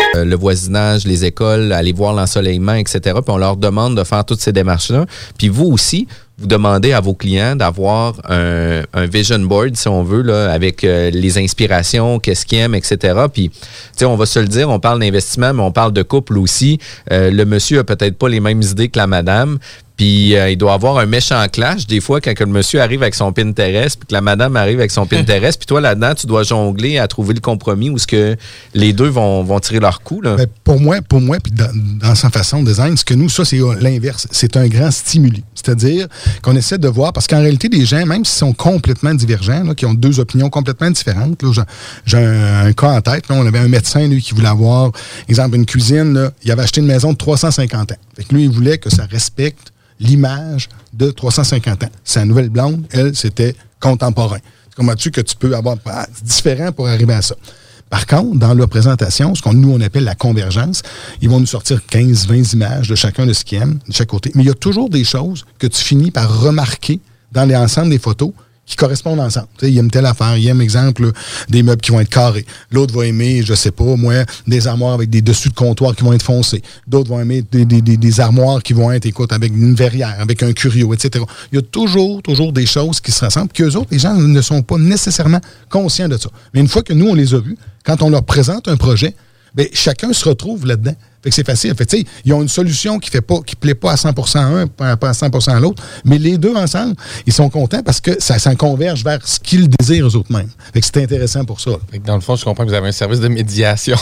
le voisinage, les écoles, aller voir l'ensoleillement, etc. Puis on leur demande de faire toutes ces démarches-là. Puis vous aussi, vous demandez à vos clients d'avoir un vision board, si on veut, là, avec les inspirations, qu'est-ce qu'ils aiment, etc. Puis, tu sais, on va se le dire, on parle d'investissement, mais on parle de couple aussi. Le monsieur a peut-être pas les mêmes idées que la madame. Puis il doit avoir un méchant clash des fois quand le monsieur arrive avec son Pinterest puis que la madame arrive avec son Pinterest. Puis toi, là-dedans, tu dois jongler à trouver le compromis où ce que les deux vont tirer leur coup. Là. Ben, pour moi, puis dans sa façon de design, ce que nous, ça, c'est l'inverse. C'est un grand stimuli. C'est-à-dire qu'on essaie de voir, parce qu'en réalité, les gens, même s'ils sont complètement divergents, là, qui ont deux opinions complètement différentes, là, j'ai un cas en tête. Là, on avait un médecin, lui, qui voulait avoir, exemple, une cuisine. Là, il avait acheté une maison de 350 ans. Fait que lui, il voulait que ça respecte l'image de 350 ans. Sa nouvelle blonde, elle, c'était contemporain. Comment-tu que tu peux avoir différent pour arriver à ça? Par contre, dans leur présentation, ce qu'on appelle la convergence, ils vont nous sortir 15-20 images de chacun de ce qu'ils aiment, de chaque côté. Mais il y a toujours des choses que tu finis par remarquer dans l'ensemble des photos qui correspondent ensemble. Tu sais, il aime telle affaire, il aime, exemple, là, des meubles qui vont être carrés. L'autre va aimer, je sais pas, moi, des armoires avec des dessus de comptoir qui vont être foncés. D'autres vont aimer des armoires qui vont être, écoute, avec une verrière, avec un curio, etc. Il y a toujours des choses qui se ressemblent, qu'eux autres, les gens ne sont pas nécessairement conscients de ça. Mais une fois que nous, on les a vus, quand on leur présente un projet, bien, chacun se retrouve là-dedans. Fait que c'est facile. Fait que, ils ont une solution qui plaît pas à 100% à un, pas à 100% à l'autre, mais les deux ensemble, ils sont contents parce que ça converge vers ce qu'ils désirent eux autres mêmes. Fait que c'est intéressant pour ça. Fait que dans le fond, je comprends que vous avez un service de médiation.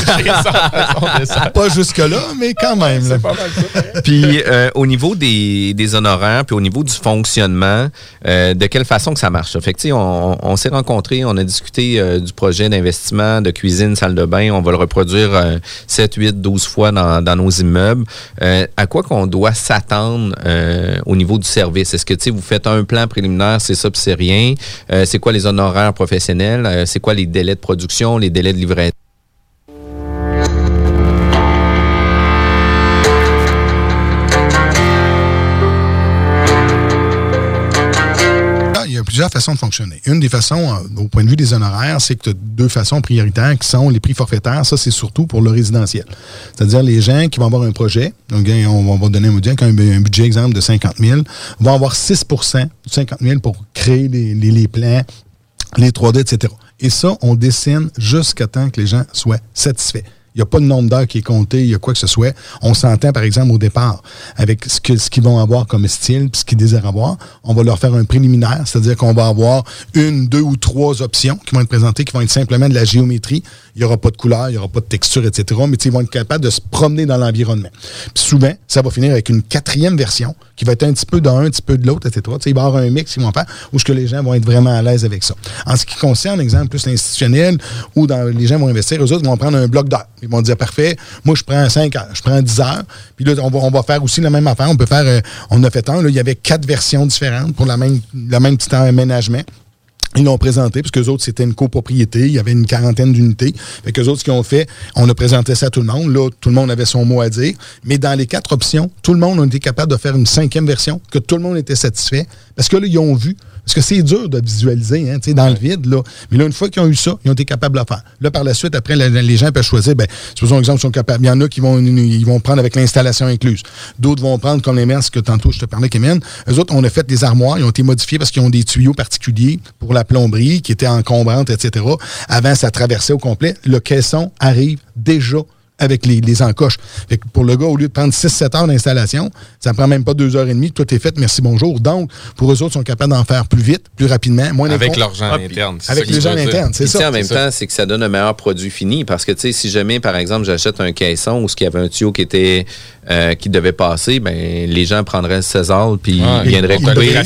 Pas jusque-là, mais quand même. C'est pas mal ça. Puis au niveau des honoraires, puis au niveau du fonctionnement, de quelle façon que ça marche? Fait que, on s'est rencontrés, on a discuté du projet d'investissement, de cuisine, salle de bain. On va le reproduire 7, 8, 12 fois dans nos immeubles. À quoi qu'on doit s'attendre au niveau du service? Est-ce que vous faites un plan préliminaire, c'est ça puis c'est rien? C'est quoi les honoraires professionnels? C'est quoi les délais de production, les délais de livraison? Il y a plusieurs façons de fonctionner. Une des façons, au point de vue des honoraires, c'est que tu as deux façons prioritaires qui sont les prix forfaitaires. Ça, c'est surtout pour le résidentiel. C'est-à-dire les gens qui vont avoir un projet, donc on va donner un budget, exemple, de 50 000, vont avoir 6 % de 50 000 pour créer les plans, les 3D, etc. Et ça, on dessine jusqu'à temps que les gens soient satisfaits. Il n'y a pas de nombre d'heures qui est compté, il y a quoi que ce soit. On s'entend, par exemple, au départ, avec ce qu'ils vont avoir comme style, puis ce qu'ils désirent avoir. On va leur faire un préliminaire, c'est-à-dire qu'on va avoir 1, 2 ou 3 options qui vont être présentées, qui vont être simplement de la géométrie. Il n'y aura pas de couleur, il n'y aura pas de texture, etc. Mais ils vont être capables de se promener dans l'environnement. Puis souvent, ça va finir avec une 4e version qui va être un petit peu d'un, un petit peu de l'autre, etc. Il va y avoir un mix qu'ils vont faire où les gens vont être vraiment à l'aise avec ça. En ce qui concerne, exemple, plus l'institutionnel, où les gens vont investir, eux autres vont prendre un bloc d'heures. Ils vont dire, parfait, moi, je prends 5 heures, je prends 10 heures. Puis là, on va faire aussi la même affaire. On peut faire, on a fait un, là, il y avait 4 versions différentes pour la même petit aménagement. Ils l'ont présenté, parce qu'eux autres, c'était une copropriété. Il y avait une 40aine d'unités. Fait qu'eux autres, ce qu'ils ont fait, on a présenté ça à tout le monde. Là, tout le monde avait son mot à dire. Mais dans les 4 options, tout le monde a été capable de faire une 5e version, que tout le monde était satisfait. Parce que là, ils ont vu. Parce que c'est dur de visualiser, hein, dans le vide, là. Mais là, une fois qu'ils ont eu ça, ils ont été capables de le faire. Là, par la suite, après, les gens peuvent choisir, supposons, exemple, sont capables. Il y en a qui vont prendre avec l'installation incluse. D'autres vont prendre comme les ce que tantôt je te parlais, Kémen. Eux autres, on a fait des armoires, ils ont été modifiés parce qu'ils ont des tuyaux particuliers pour la plomberie qui étaient encombrantes, etc. Avant, ça traversait au complet. Le caisson arrive déjà avec les encoches. Fait que pour le gars, au lieu de prendre 6-7 heures d'installation, ça ne prend même pas 2h30, tout est fait, merci, bonjour. Donc, pour eux autres, ils sont capables d'en faire plus vite, plus rapidement, moins avec leurs gens internes. Avec les gens internes, c'est ça. En même temps, c'est que ça donne un meilleur produit fini, parce que, tu sais, si jamais, par exemple, j'achète un caisson où il y avait un tuyau qui devait passer, les gens prendraient le César, puis ils viendraient couper.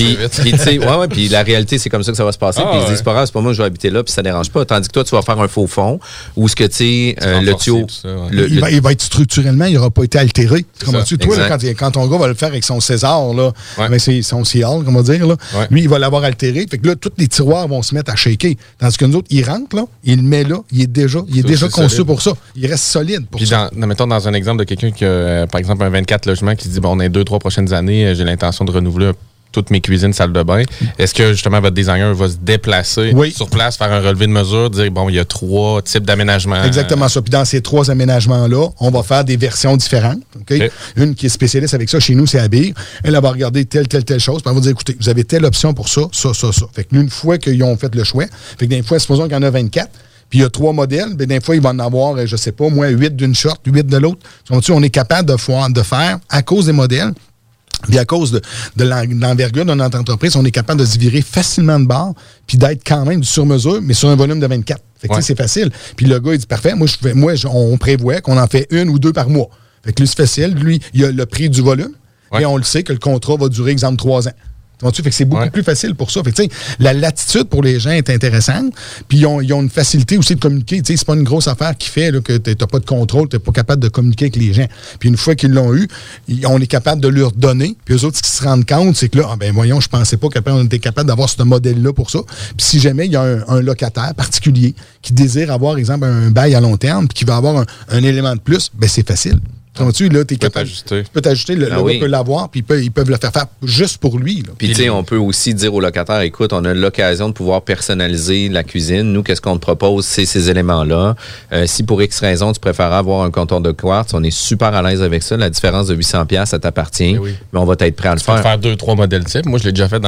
Puis la réalité, c'est comme ça que ça va se passer. Puis ils disent, c'est pas grave, c'est pas moi, je vais habiter là, puis ça dérange pas. Tandis que toi, tu vas faire un faux fond, où ce que, tu sais, le tuyau... Il va être structurellement, il n'aura pas été altéré. Toi, là, quand ton gars va le faire avec son César, là, son Cial, comment dire, là, lui, il va l'avoir altéré. Fait que là, tous les tiroirs vont se mettre à shaker. Tandis que nous autres, il rentre, là, il le met là, il est déjà conçu solide pour ça. Il reste solide pour ça. Mettons dans un exemple de quelqu'un qui a, par exemple, un 24 logements qui se dit, bon, on a 2-3 prochaines années, j'ai l'intention de renouveler toutes mes cuisines, salle de bain. Est-ce que, justement, votre designer va se déplacer sur place, faire un relevé de mesure, dire, bon, il y a 3 types d'aménagements? Exactement ça. Puis dans ces 3 aménagements-là, on va faire des versions différentes. Okay? Une qui est spécialiste avec ça, chez nous, c'est Abir. Elle va regarder telle chose, puis elle va dire, écoutez, vous avez telle option pour ça. Fait que une fois qu'ils ont fait le choix, fait que des fois, supposons qu'il y en a 24, puis il y a 3 modèles, bien, des fois, il va en avoir, je sais pas, moi, 8 d'une short, 8 de l'autre. On est capable de faire, à cause des modèles, puis à cause de l'envergure de notre entreprise, on est capable de se virer facilement de bord, puis d'être quand même du sur-mesure, mais sur un volume de 24. Fait que c'est facile. Puis le gars, il dit, parfait, on prévoit qu'on en fait 1 ou 2 par mois. Fait que lui, c'est facile. Lui, il a le prix du volume, et on le sait que le contrat va durer, exemple, 3 ans. Fait que c'est beaucoup plus facile pour ça. Fait que, la latitude pour les gens est intéressante. Puis ils ont une facilité aussi de communiquer. C'est pas une grosse affaire qui fait là, que tu n'as pas de contrôle, tu n'es pas capable de communiquer avec les gens. Puis une fois qu'ils l'ont eu, on est capable de leur donner. Puis eux autres, ce qu'ils se rendent compte, c'est que là, voyons, je pensais pas qu'on était capable d'avoir ce modèle-là pour ça. Puis si jamais il y a un locataire particulier qui désire avoir, exemple, un bail à long terme, puis qui va avoir un élément de plus, c'est facile. Tu peux t'ajuster, le gars peut l'avoir, puis ils peuvent le faire juste pour lui. Puis, tu sais, on peut aussi dire au locataire, écoute, on a l'occasion de pouvoir personnaliser la cuisine. Nous, qu'est-ce qu'on te propose, c'est ces éléments-là. Si pour X raison, tu préfères avoir un comptoir de quartz, on est super à l'aise avec ça. La différence de 800$, ça t'appartient. Mais on va être prêt à le faire. Tu peux faire 2-3 modèles types. Moi, je l'ai déjà fait dans...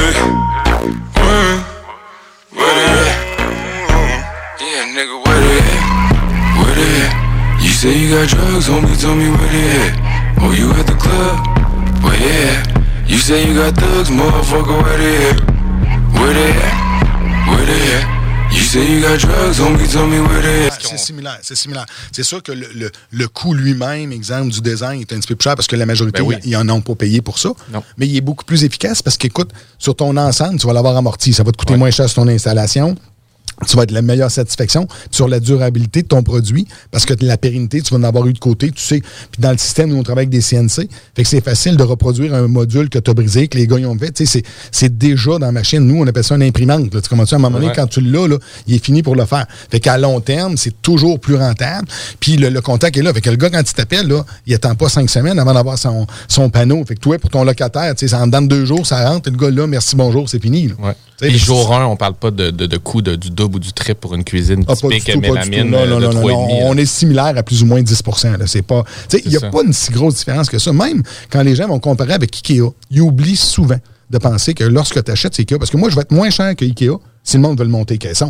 You say you got drugs, homie, tell me where they at. Oh, you at the club? Well, yeah. You say you got thugs, motherfucker, where they at? Where they at? Where they at? You say you got drugs, homie, tell me where they at. C'est similaire. C'est sûr que le coût lui-même, exemple, du design est un petit peu plus cher parce que la majorité, ils en ont pas payé pour ça. Non. Mais il est beaucoup plus efficace parce qu'écoute, sur ton ensemble, tu vas l'avoir amorti. Ça va te coûter moins cher sur ton installation. Tu vas être la meilleure satisfaction sur la durabilité de ton produit parce que la pérennité, tu vas en avoir eu de côté, tu sais. Puis dans le système, nous, on travaille avec des CNC. Fait que c'est facile de reproduire un module que tu as brisé, que les gars y ont fait. Tu sais, c'est déjà dans la machine. Nous, on appelle ça une imprimante. Là. Tu comprends-tu? À un moment donné, quand tu l'as, là, il est fini pour le faire. Fait qu'à long terme, c'est toujours plus rentable. Puis le contact est là. Fait que le gars, quand il t'appelle, là, il attend pas 5 semaines avant d'avoir son panneau. Fait que toi, pour ton locataire, tu sais, en dedans de 2 jours, ça rentre. Et le gars, là, merci, bonjour, c'est fini. Là. Puis jour 1, on parle pas de coût du double ou du triple pour une cuisine typique mélamine de 3,5. On est similaire à plus ou moins 10%. Il n'y a pas une si grosse différence que ça. Même quand les gens vont comparer avec Ikea, ils oublient souvent de penser que lorsque tu achètes Ikea, parce que moi, je vais être moins cher que Ikea si le monde veut le monter caisson.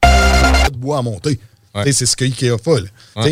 Pas de bois à monter. C'est ce que Ikea fait.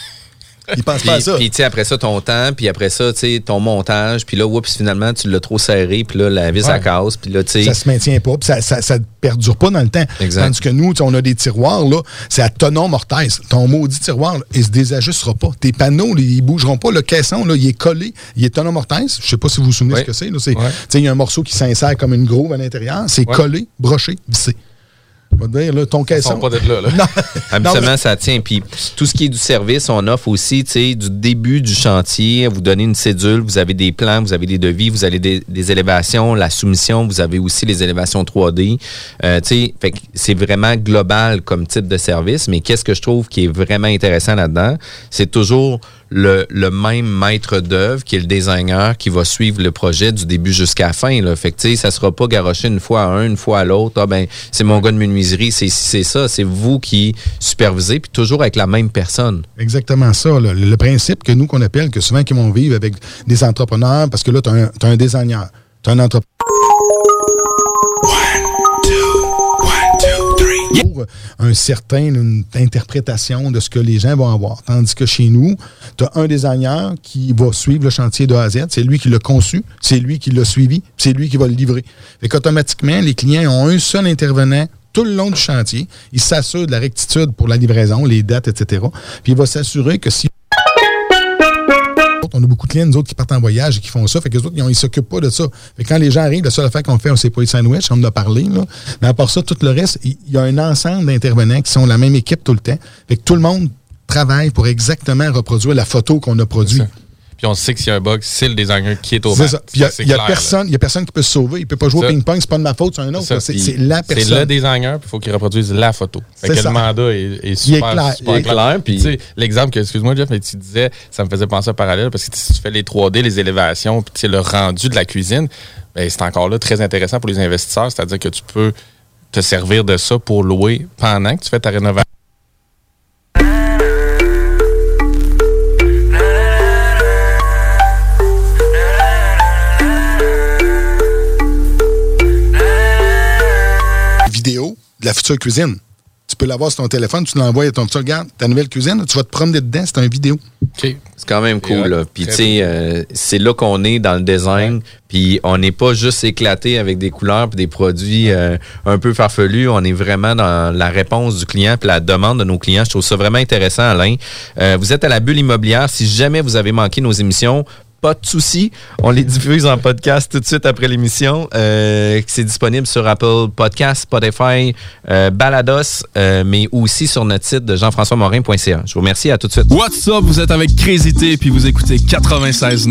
Ils pensent pas à ça. Puis, tu sais, après ça, ton temps, puis après ça, tu sais, ton montage, puis là, finalement, tu l'as trop serré, puis là, la vis, elle casse, puis là, tu sais... Ça se maintient pas, puis ça perdure pas dans le temps. Exact. Tandis que nous, on a des tiroirs, là, c'est à tonneau mortaise. Ton maudit tiroir, là, il se désajustera pas. Tes panneaux, là, ils bougeront pas. Le caisson, là, il est collé, il est tonneau mortaise. Je sais pas si vous vous souvenez ce que c'est. Il y a un morceau qui s'insère comme une groove à l'intérieur. C'est collé, broché, vissé. On va dire, là, ton caisson. Pas d'être là. Non. Habituellement, ça tient. Puis tout ce qui est du service, on offre aussi, tu sais, du début du chantier. Vous donnez une cédule, vous avez des plans, vous avez des devis, vous avez des élévations, la soumission, vous avez aussi les élévations 3D. Tu sais, fait que c'est vraiment global comme type de service. Mais qu'est-ce que je trouve qui est vraiment intéressant là-dedans? C'est toujours le même maître d'œuvre qui est le designer qui va suivre le projet du début jusqu'à la fin. Là. Fait que, tu sais, ça sera pas garoché une fois à un, une fois à l'autre. Ah, ben, c'est mon gars de menuiserie, c'est ça. C'est vous qui supervisez, puis toujours avec la même personne. Exactement ça. Là. Le principe que nous, qu'on appelle, que souvent, qui vont vivre avec des entrepreneurs, parce que là, tu as un designer, tu as un entrepreneur. Pour une interprétation de ce que les gens vont avoir. Tandis que chez nous, tu as un designer qui va suivre le chantier de A à Z. C'est lui qui l'a conçu, c'est lui qui l'a suivi, c'est lui qui va le livrer. Fait qu'automatiquement, les clients ont un seul intervenant tout le long du chantier. Il s'assure de la rectitude pour la livraison, les dates, etc. Puis il va s'assurer que si... On a beaucoup de clients, nous autres, qui partent en voyage et qui font ça. Fait que les autres, ils ne s'occupent pas de ça. Fait que quand les gens arrivent, la seule affaire qu'on fait, c'est pas les sandwichs, on en a parlé, là. Mais à part ça, tout le reste, il y a un ensemble d'intervenants qui sont la même équipe tout le temps. Fait que tout le monde travaille pour exactement reproduire la photo qu'on a produite. Puis on sait que s'il y a un bug, c'est le designer qui est au bas. Il n'y a personne qui peut se sauver. Il ne peut pas jouer au ping-pong, c'est pas de ma faute, c'est un autre. C'est la personne. C'est le designer, puis il faut qu'il reproduise la photo. Fait que le mandat est super clair. Puis tu sais, l'exemple que, excuse-moi Jeff, mais tu disais, ça me faisait penser à parallèle, parce que si tu fais les 3D, les élévations, puis le rendu de la cuisine, ben, c'est encore là très intéressant pour les investisseurs, c'est-à-dire que tu peux te servir de ça pour louer pendant que tu fais ta rénovation. Vidéo de la future cuisine. Tu peux l'avoir sur ton téléphone, tu l'envoies à ton petit regarde, ta nouvelle cuisine, tu vas te promener dedans, c'est une vidéo. Okay. C'est quand même cool. Là. Puis, tu sais, c'est là qu'on est dans le design. Puis, on n'est pas juste éclaté avec des couleurs et des produits un peu farfelus. On est vraiment dans la réponse du client puis la demande de nos clients. Je trouve ça vraiment intéressant, Alain. Vous êtes à la Bulle Immobilière. Si jamais vous avez manqué nos émissions, pas de souci. On les diffuse en podcast tout de suite après l'émission. C'est disponible sur Apple Podcasts, Spotify, Balados, mais aussi sur notre site de jean-françois-morin.ca. Je vous remercie. À tout de suite. What's up? Vous êtes avec Crazy T puis vous écoutez 96.9.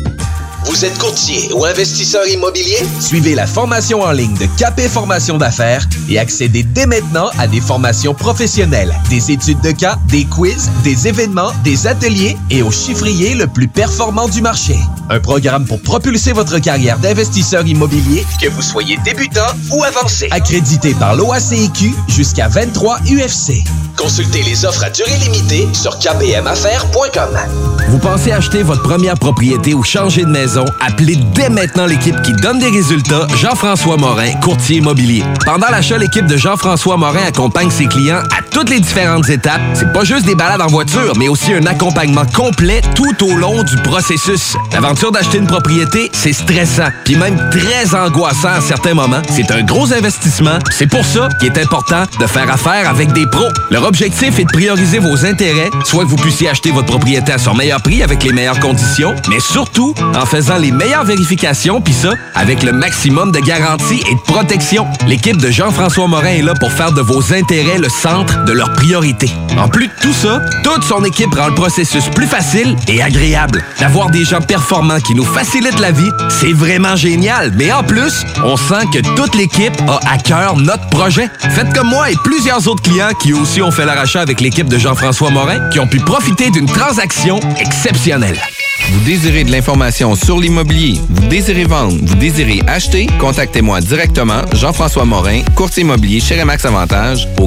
Vous êtes courtier ou investisseur immobilier? Suivez la formation en ligne de Capé Formation d'affaires et accédez dès maintenant à des formations professionnelles, des études de cas, des quiz, des événements, des ateliers et au chiffrier le plus performant du marché. Un programme pour propulser votre carrière d'investisseur immobilier, que vous soyez débutant ou avancé. Accrédité par l'OACIQ jusqu'à 23 UFC. Consultez les offres à durée limitée sur kpmaffaires.com. Vous pensez acheter votre première propriété ou changer de maison? Appelez dès maintenant l'équipe qui donne des résultats, Jean-François Morin, courtier immobilier. Pendant l'achat, l'équipe de Jean-François Morin accompagne ses clients à toutes les différentes étapes. C'est pas juste des balades en voiture, mais aussi un accompagnement complet tout au long du processus. L'aventure d'acheter une propriété, c'est stressant, puis même très angoissant à certains moments. C'est un gros investissement. C'est pour ça qu'il est important de faire affaire avec des pros. Leur objectif est de prioriser vos intérêts, soit que vous puissiez acheter votre propriété à son meilleur prix avec les meilleures conditions, mais surtout en faisant les meilleures vérifications, puis ça, avec le maximum de garantie et de protection. L'équipe de Jean-François Morin est là pour faire de vos intérêts le centre de leurs priorités. En plus de tout ça, toute son équipe rend le processus plus facile et agréable. D'avoir des gens performants qui nous facilitent la vie, c'est vraiment génial. Mais en plus, on sent que toute l'équipe a à cœur notre projet. Faites comme moi et plusieurs autres clients qui aussi ont fait leur achat avec l'équipe de Jean-François Morin, qui ont pu profiter d'une transaction exceptionnelle. Vous désirez de l'information sur l'immobilier, vous désirez vendre, vous désirez acheter, contactez-moi directement, Jean-François Morin, courtier immobilier chez Remax Avantage, au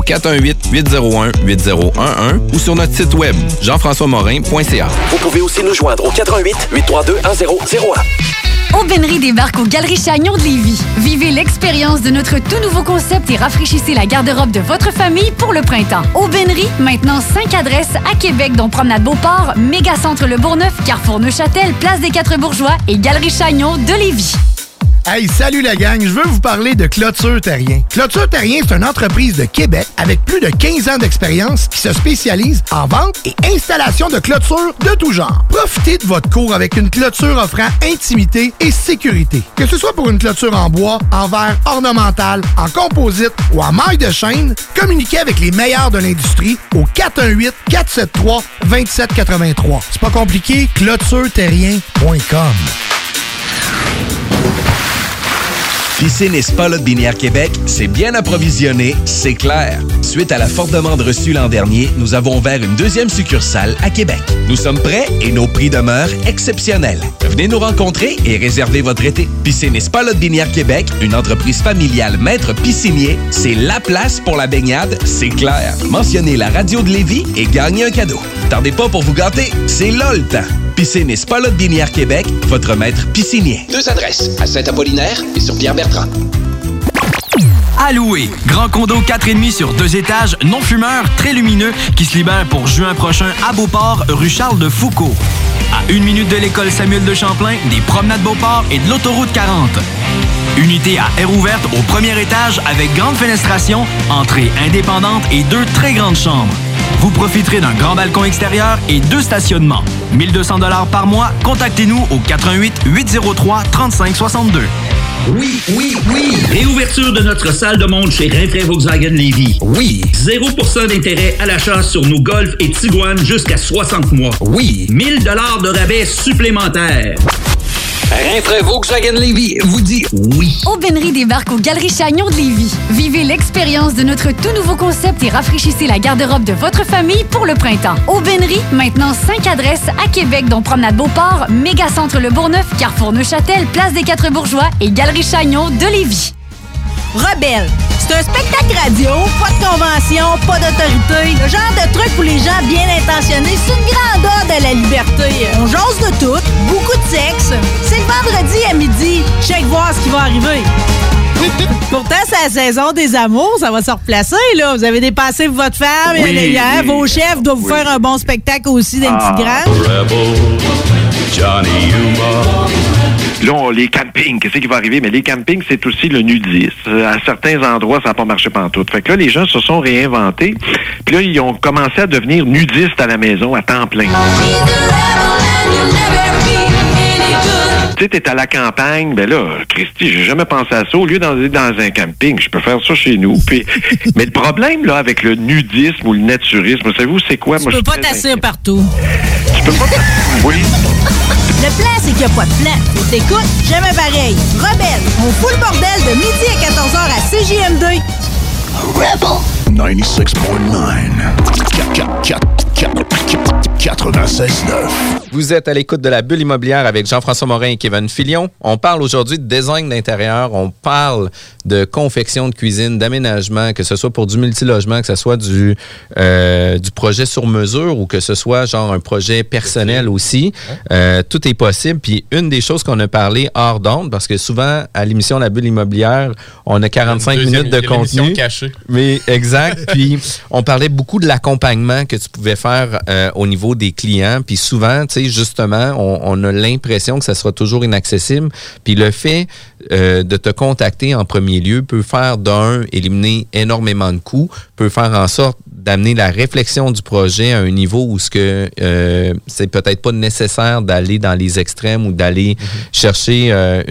418-801-8011 ou sur notre site web, jean-françois-morin.ca. Vous pouvez aussi nous joindre au 418-832-1001. Aubainerie débarque aux Galeries Chagnon de Lévis. Vivez l'expérience de notre tout nouveau concept et rafraîchissez la garde-robe de votre famille pour le printemps. Aubainerie, maintenant 5 adresses à Québec, dont Promenade Beauport, Mégacentre Le Bourgneuf, Carrefour Neuchâtel, Place des Quatre Bourgeois et Galerie Chagnon de Lévis. Hey, salut la gang, je veux vous parler de Clôture Terrien. Clôture Terrien, c'est une entreprise de Québec avec plus de 15 ans d'expérience qui se spécialise en vente et installation de clôtures de tout genre. Profitez de votre cour avec une clôture offrant intimité et sécurité. Que ce soit pour une clôture en bois, en verre ornemental, en composite ou en maille de chêne, communiquez avec les meilleurs de l'industrie au 418-473-2783. C'est pas compliqué, clôtureterrien.com. Piscine et Spa Lotbinière Québec, c'est bien approvisionné, c'est clair. Suite à la forte demande reçue l'an dernier, nous avons ouvert une deuxième succursale à Québec. Nous sommes prêts et nos prix demeurent exceptionnels. Venez nous rencontrer et réserver votre été. Piscine et Spa Lotbinière Québec, une entreprise familiale maître piscinier, c'est la place pour la baignade, c'est clair. Mentionnez la radio de Lévis et gagnez un cadeau. Tardez pas pour vous gâter, c'est là le temps. Piscine et Spa Lotbinière Québec, votre maître piscinier. 2 adresses, à Saint-Apollinaire et sur Pierre-Bertrand. À louer, grand condo 4,5 sur 2 étages, non fumeur, très lumineux, qui se libère pour juin prochain à Beauport, rue Charles de Foucault. À 1 minute de l'école Samuel de Champlain, des promenades Beauport et de l'autoroute 40. Unité à air ouverte au premier étage avec grande fenestration, entrée indépendante et 2 très grandes chambres. Vous profiterez d'un grand balcon extérieur et 2 stationnements. 1 200 $ par mois. Contactez-nous au 88-803-3562. Oui. Réouverture de notre salle de monde chez Rinfraie Volkswagen Lévis. Oui. 0% d'intérêt à l'achat sur nos Golf et Tiguan jusqu'à 60 mois. Oui. 1 000 $ de rabais supplémentaires. Rinfraie Volkswagen Lévis vous dit oui. Aubainerie débarque aux Galeries Chagnon de Lévis. Vivez l'expérience de notre tout nouveau concept et rafraîchissez la garde-robe de votre famille pour le printemps. Aubainerie, maintenant 5 adresses à Québec, dont Promenade Beauport, Mégacentre Le Bourgneuf, Carrefour Neuchâtel, Place des Quatre Bourgeois et Galerie Chagnon de Lévis. Rebelle, c'est un spectacle radio, pas de convention, pas d'autorité. Le genre de truc pour les gens bien intentionnés, c'est une grande ode à la liberté. On jase de tout, beaucoup de sexe. C'est le vendredi à midi. Check voir ce qui va arriver. Pourtant, c'est la saison des amours, ça va se replacer, là. Vous avez dépassé votre femme, vos chefs doivent vous faire un bon spectacle aussi d'un petit grand. Johnny Yuma. Là, les campings, qu'est-ce qui va arriver? Mais les campings, c'est aussi le nudisme. À certains endroits, ça n'a pas marché pantoute. Fait que là, les gens se sont réinventés. Puis là, ils ont commencé à devenir nudistes à la maison à temps plein. Tu sais, t'es à la campagne, ben là, Christy, j'ai jamais pensé à ça. Au lieu d'aller dans un camping, je peux faire ça chez nous. Puis, mais le problème, là, avec le nudisme ou le naturisme, savez-vous, c'est quoi? Tu peux pas t'asseoir partout. Tu peux pas Oui. Le plan, c'est qu'il n'y a pas de plan. On t'écoute, jamais pareil. Rebelle, on fout le bordel de midi à 14h à CJMD. Rebel 96.9. Vous êtes à l'écoute de la Bulle immobilière avec Jean-François Morin et Kevin Filion. On parle aujourd'hui de design d'intérieur, on parle de confection de cuisine, d'aménagement, que ce soit pour du multilogement, que ce soit du projet sur mesure ou que ce soit genre un projet personnel aussi. Tout est possible. Puis une des choses qu'on a parlé hors d'onde, parce que souvent à l'émission La Bulle immobilière, on a 45 minutes de contenu. Cachée. Mais exact. Puis on parlait beaucoup de l'accompagnement que tu pouvais faire au niveau des clients. Puis souvent, tu sais, justement, on a l'impression que ça sera toujours inaccessible. Puis le fait de te contacter en premier lieu peut faire éliminer énormément de coûts, peut faire en sorte d'amener la réflexion du projet à un niveau où c'est peut-être pas nécessaire d'aller dans les extrêmes ou d'aller chercher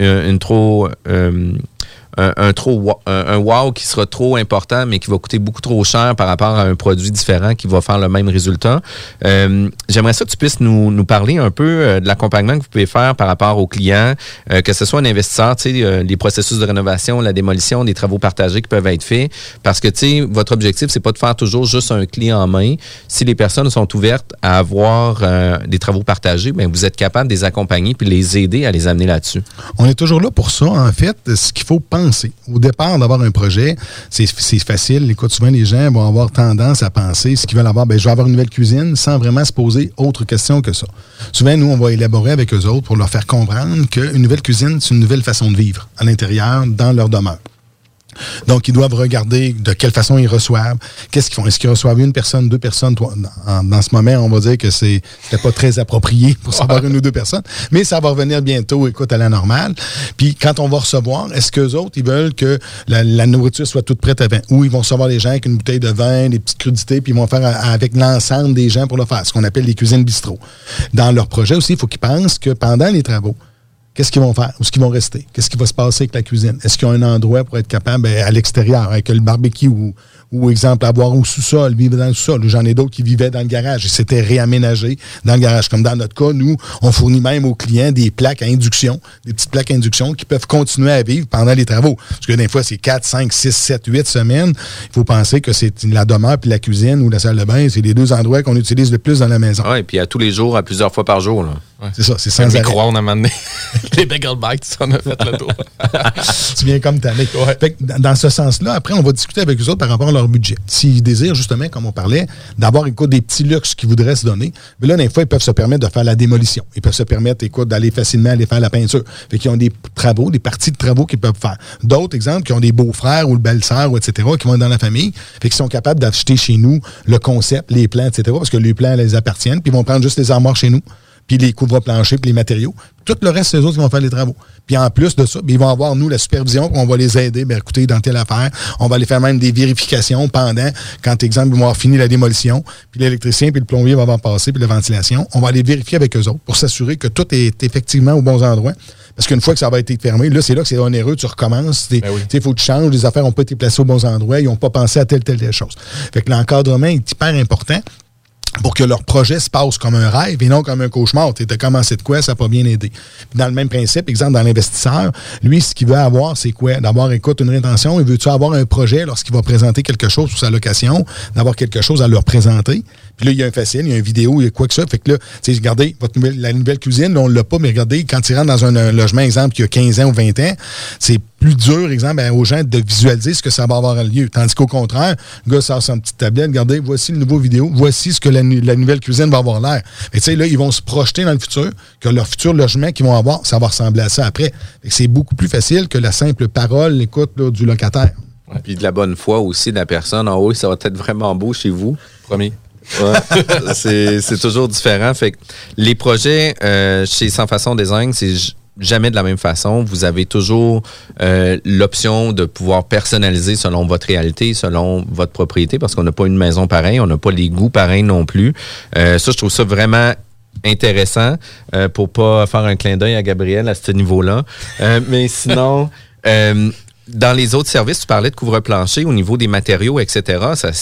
un wow qui sera trop important, mais qui va coûter beaucoup trop cher par rapport à un produit différent qui va faire le même résultat. J'aimerais ça que tu puisses nous parler un peu de l'accompagnement que vous pouvez faire par rapport aux clients, que ce soit un investisseur, tu sais, les processus de rénovation, la démolition, des travaux partagés qui peuvent être faits, parce que, tu sais, votre objectif, c'est pas de faire toujours juste un clé en main. Si les personnes sont ouvertes à avoir des travaux partagés, bien, vous êtes capable de les accompagner puis les aider à les amener là-dessus. On est toujours là pour ça. En fait, ce qu'il faut penser, au départ d'avoir un projet, c'est facile. Écoute, souvent les gens vont avoir tendance à penser ce qu'ils veulent avoir, je vais avoir une nouvelle cuisine sans vraiment se poser autre question que ça. Souvent, nous, on va élaborer avec eux autres pour leur faire comprendre qu'une nouvelle cuisine, c'est une nouvelle façon de vivre à l'intérieur, dans leur demeure. Donc, ils doivent regarder de quelle façon ils reçoivent. Qu'est-ce qu'ils font? Est-ce qu'ils reçoivent une personne, deux personnes? Dans ce moment, on va dire que c'était pas très approprié pour savoir une ou deux personnes. Mais ça va revenir bientôt, écoute, à la normale. Puis, quand on va recevoir, est-ce qu'eux autres, ils veulent que la nourriture soit toute prête avant? Ou ils vont recevoir les gens avec une bouteille de vin, des petites crudités, puis ils vont faire avec l'ensemble des gens pour le faire, ce qu'on appelle les cuisines bistrot. Dans leur projet aussi, il faut qu'ils pensent que pendant les travaux, qu'est-ce qu'ils vont faire? Où est-ce qu'ils vont rester? Qu'est-ce qui va se passer avec la cuisine? Est-ce qu'il y a un endroit pour être capable, à l'extérieur, avec le barbecue ou exemple, avoir au sous-sol, vivre dans le sous-sol? J'en ai d'autres qui vivaient dans le garage et c'était réaménagé dans le garage. Comme dans notre cas, nous, on fournit même aux clients des plaques à induction, des petites plaques à induction qui peuvent continuer à vivre pendant les travaux. Parce que des fois, c'est 4, 5, 6, 7, 8 semaines. Il faut penser que c'est la demeure puis la cuisine ou la salle de bain, c'est les deux endroits qu'on utilise le plus dans la maison. Oui, et puis à tous les jours, à plusieurs fois par jour, là. Ouais. C'est ça, c'est sans arrêt. Le micro-ondes, on a amené les bagel bites, on a fait le tour. Tu viens comme tanné. Ouais. Fait que dans ce sens-là, après, on va discuter avec eux autres par rapport à leur budget. S'ils désirent, justement, comme on parlait, d'avoir, écoute, des petits luxes qu'ils voudraient se donner, mais là, des fois, ils peuvent se permettre de faire la démolition. Ils peuvent se permettre, écoute, d'aller facilement aller faire la peinture. Fait qu'ils ont des travaux, des parties de travaux qu'ils peuvent faire. D'autres, exemples, qui ont des beaux-frères ou le belle-sœur, ou etc., qui vont être dans la famille, fait qu'ils sont capables d'acheter chez nous le concept, les plans, etc., parce que les plans les appartiennent, puis ils vont prendre juste les armoires chez nous, puis les couvre-planchers, puis les matériaux. Tout le reste, c'est eux autres qui vont faire les travaux. Puis en plus de ça, ils vont avoir, nous, la supervision, puis on va les aider, écoutez, dans telle affaire. On va aller faire même des vérifications pendant, quand, exemple, ils vont avoir fini la démolition, puis l'électricien, puis le plombier va avoir passé, puis la ventilation. On va aller vérifier avec eux autres pour s'assurer que tout est effectivement aux bons endroits. Parce qu'une fois que ça va être fermé, là, c'est là que c'est onéreux, tu recommences. Il faut que tu changes, les affaires n'ont pas été placées aux bons endroits, ils n'ont pas pensé à telle chose. Fait que l'encadrement est hyper important. pour que leur projet se passe comme un rêve et non comme un cauchemar. Tu as commencé de quoi, ça n'a pas bien aidé. Puis dans le même principe, exemple, dans l'investisseur, lui, ce qu'il veut avoir, c'est quoi? D'avoir, écoute, une rétention, il veut-tu avoir un projet lorsqu'il va présenter quelque chose sur sa location, d'avoir quelque chose à leur présenter? Puis là, il y a un facile, il y a une vidéo, il y a quoi que ça. Fait que là, tu sais, regardez, la nouvelle cuisine, là, on ne l'a pas, mais regardez, quand il rentre dans un logement, exemple, qui a 15 ans ou 20 ans, c'est plus dur, exemple, aux gens de visualiser ce que ça va avoir lieu. Tandis qu'au contraire, le gars sort son petite tablette, regardez, voici le nouveau vidéo, voici ce que la nouvelle cuisine va avoir l'air. Et tu sais, là, ils vont se projeter dans le futur, que leur futur logement qu'ils vont avoir, ça va ressembler à ça après. C'est beaucoup plus facile que la simple parole, l'écoute là, du locataire. Ouais. Puis de la bonne foi aussi de la personne. En haut, ça va être vraiment beau chez vous. Promis. Ouais, c'est toujours différent. Fait que les projets chez Sans Façon Design, c'est jamais de la même façon. Vous avez toujours l'option de pouvoir personnaliser selon votre réalité, selon votre propriété, parce qu'on n'a pas une maison pareille, on n'a pas les goûts pareils non plus. Ça, je trouve ça vraiment intéressant pour pas faire un clin d'œil à Gabriel à ce niveau-là. Mais sinon... dans les autres services, tu parlais de couvre-plancher au niveau des matériaux, etc.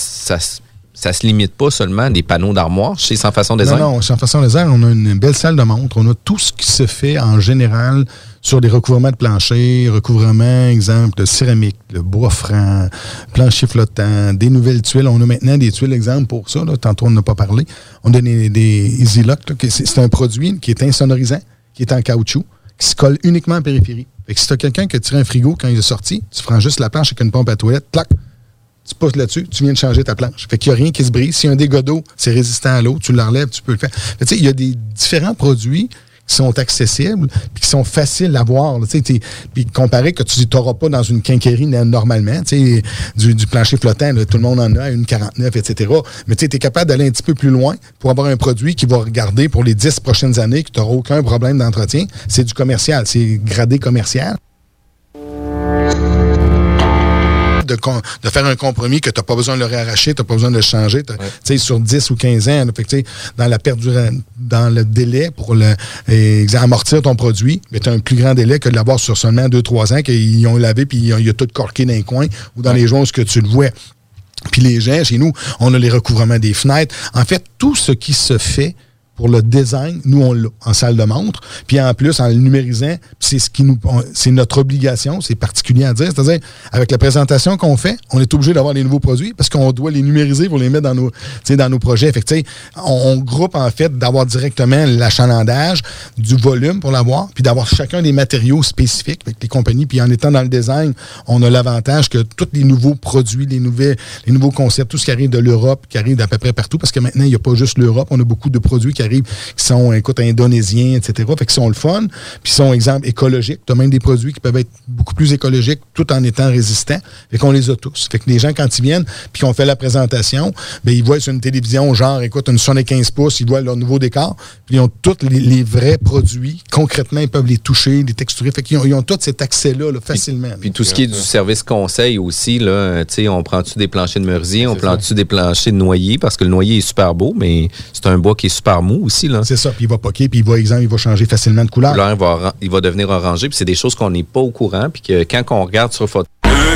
Ça se limite pas seulement à des panneaux d'armoire chez Sans Façon Design? Non, Sans Façon Design, on a une belle salle de montre. On a tout ce qui se fait en général sur des recouvrements de plancher, recouvrements, exemple, de céramique, le bois franc, plancher flottant, des nouvelles tuiles. On a maintenant des tuiles, exemple, pour ça. Là. Tantôt, on n'a pas parlé. On a des Easy Lock. Là, c'est un produit qui est insonorisant, qui est en caoutchouc, qui se colle uniquement en périphérie. Fait que si tu as quelqu'un qui a tiré un frigo quand il est sorti, tu prends juste la planche avec une pompe à toilette, clac, tu poses là-dessus, tu viens de changer ta planche. Fait qu'il n'y a rien qui se brise. S'il y a un dégât d'eau, c'est résistant à l'eau, tu l'enlèves, tu peux le faire. Tu sais, il y a des différents produits qui sont accessibles puis qui sont faciles à voir. Puis comparé que tu n'auras pas dans une quincaillerie normalement, du plancher flottant, là, tout le monde en a, une 49, etc. Mais tu es capable d'aller un petit peu plus loin pour avoir un produit qui va regarder pour les 10 prochaines années, que tu n'auras aucun problème d'entretien. C'est du commercial, c'est gradé commercial. De faire un compromis que tu n'as pas besoin de le réarracher, tu n'as pas besoin de le changer. Ouais. Sur 10 ou 15 ans, là, fait, dans la perte dans le délai pour amortir ton produit, tu as un plus grand délai que de l'avoir sur seulement 2-3 ans, qu'ils ont lavé puis il y a tout corqué dans les coins ou dans les joints où ce que tu le vois. Puis les gens, chez nous, on a les recouvrements des fenêtres. En fait, tout ce qui se fait pour le design, nous, on l'a en salle de montre. Puis en plus, en le numérisant, c'est notre obligation, c'est particulier à dire. C'est-à-dire, avec la présentation qu'on fait, on est obligé d'avoir les nouveaux produits parce qu'on doit les numériser pour les mettre dans nos projets. Fait que, on groupe, en fait, d'avoir directement l'achalandage, du volume pour l'avoir, puis d'avoir chacun des matériaux spécifiques avec les compagnies. Puis en étant dans le design, on a l'avantage que tous les nouveaux produits, les nouveaux concepts, tout ce qui arrive de l'Europe, qui arrive d'à peu près partout, parce que maintenant, il n'y a pas juste l'Europe, on a beaucoup de produits qui arrivent, qui sont, indonésiens, etc. Fait qu'ils sont le fun, puis sont, exemple, écologiques. Tu as même des produits qui peuvent être beaucoup plus écologiques tout en étant résistants. Fait qu'on les a tous. Fait que les gens, quand ils viennent, puis qu'on fait la présentation, ils voient sur une télévision, genre, une 75 pouces, ils voient leur nouveau décor, puis ils ont tous les vrais produits. Concrètement, ils peuvent les toucher, les texturer. Fait qu'ils ont tout cet accès-là là, facilement. Puis tout ce qui est du service conseil aussi, là, on prend-tu des planchers de merisier, on prend-tu des planchers de noyer, parce que le noyer est super beau, mais c'est un bois qui est super mou aussi. Là. C'est ça, puis il va poquer, puis il va changer facilement de couleur. Il va devenir orangé, puis c'est des choses qu'on n'est pas au courant, puis que quand on regarde sur photo...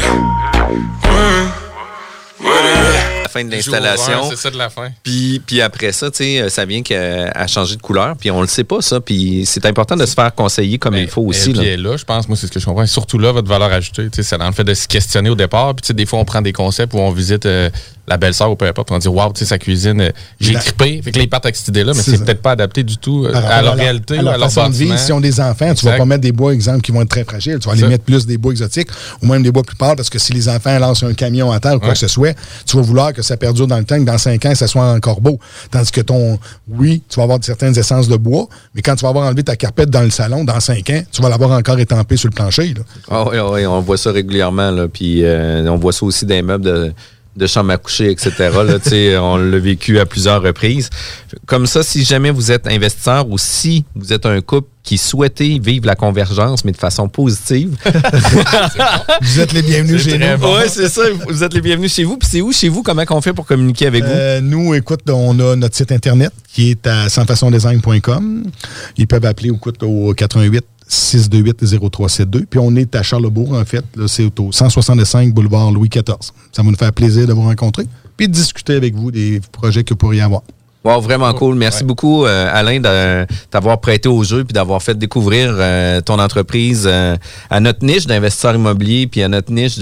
la fin de l'installation. C'est ça de la fin. Puis après ça, ça vient qu'à changer de couleur, puis on le sait pas, ça, puis c'est important de se faire conseiller comme il faut aussi. Puis là, je pense, moi, c'est ce que je comprends. Et surtout là, votre valeur ajoutée, c'est dans le fait de se questionner au départ, puis des fois, on prend des concepts où on visite... la belle-sœur ou peu importe, on dit waouh, tu sais, sa cuisine, j'ai trippé. Fait que là, ils partent avec cette idée-là, mais c'est peut-être pas adapté du tout à leur réalité ou à leur façon de vivre. Si on a des enfants, tu vas pas mettre des bois, exemple, qui vont être très fragiles. Tu vas aller mettre plus des bois exotiques ou même des bois plus pâles parce que si les enfants lancent un camion à terre ou quoi que ce soit, tu vas vouloir que ça perdure dans le temps, que dans 5 ans, ça soit encore beau. Tandis que tu vas avoir certaines essences de bois, mais quand tu vas avoir enlevé ta carpette dans le salon, dans 5 ans, tu vas l'avoir encore étampé sur le plancher. Oui, on voit ça régulièrement. Là, puis on voit ça aussi dans les meubles de chambre à coucher, etc. Là, on l'a vécu à plusieurs reprises. Comme ça, si jamais vous êtes investisseur ou si vous êtes un couple qui souhaitez vivre la convergence, mais de façon positive. Vous êtes les bienvenus chez nous. Bon. Oui, c'est ça. Vous êtes les bienvenus chez vous. Puis c'est où chez vous? Comment on fait pour communiquer avec vous? Nous, écoute, on a notre site Internet qui est à sansfaçondesign.com. Ils peuvent appeler au 88 628-0372. Puis on est à Charlesbourg, en fait. Là, c'est au 165 boulevard Louis XIV. Ça va nous faire plaisir de vous rencontrer puis de discuter avec vous des projets que vous pourriez avoir. Wow, vraiment cool. Merci beaucoup, Alain, de t'avoir prêté au jeu puis d'avoir fait découvrir ton entreprise à notre niche d'investisseurs immobiliers puis à notre niche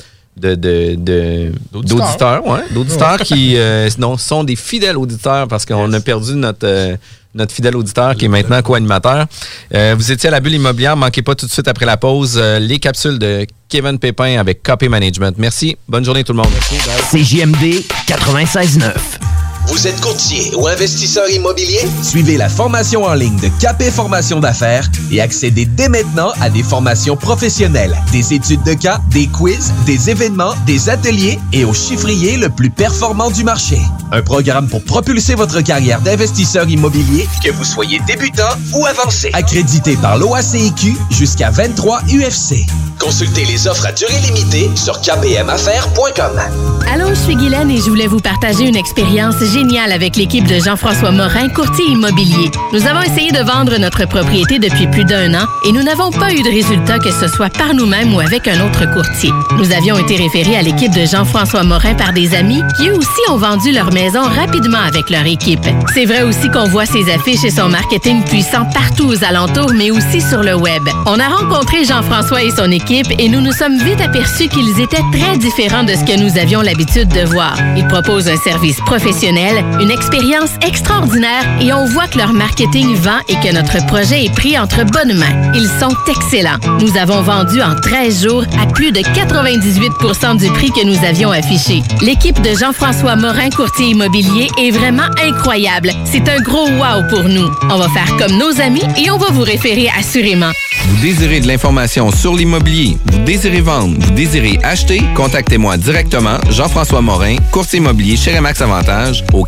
d'auditeurs, d'auditeurs qui sont des fidèles auditeurs parce qu'on a perdu notre fidèle auditeur qui est maintenant co-animateur. Vous étiez à la bulle immobilière. Manquez pas tout de suite après la pause les capsules de Kevin Pépin avec Copy Management. Merci. Bonne journée tout le monde. CJMD 96.9. Vous êtes courtier ou investisseur immobilier? Suivez la formation en ligne de Capé Formation d'affaires et accédez dès maintenant à des formations professionnelles, des études de cas, des quiz, des événements, des ateliers et au chiffrier le plus performant du marché. Un programme pour propulser votre carrière d'investisseur immobilier, que vous soyez débutant ou avancé. Accrédité par l'OACIQ jusqu'à 23 UFC. Consultez les offres à durée limitée sur kpmaffaires.com. Allô, je suis Guylaine et je voulais vous partager une expérience géniale avec l'équipe de Jean-François Morin, courtier immobilier. Nous avons essayé de vendre notre propriété depuis plus d'1 an et nous n'avons pas eu de résultat, que ce soit par nous-mêmes ou avec un autre courtier. Nous avions été référés à l'équipe de Jean-François Morin par des amis qui eux aussi ont vendu leur maison rapidement avec leur équipe. C'est vrai aussi qu'on voit ses affiches et son marketing puissant partout aux alentours, mais aussi sur le web. On a rencontré Jean-François et son équipe et nous nous sommes vite aperçus qu'ils étaient très différents de ce que nous avions l'habitude de voir. Ils proposent un service professionnel, une expérience extraordinaire et on voit que leur marketing vend et que notre projet est pris entre bonnes mains. Ils sont excellents. Nous avons vendu en 13 jours à plus de 98% du prix que nous avions affiché. L'équipe de Jean-François Morin, courtier immobilier, est vraiment incroyable. C'est un gros wow pour nous. On va faire comme nos amis et on va vous référer assurément. Vous désirez de l'information sur l'immobilier, vous désirez vendre, vous désirez acheter, contactez-moi directement, Jean-François Morin, courtier immobilier chez Remax Avantage, au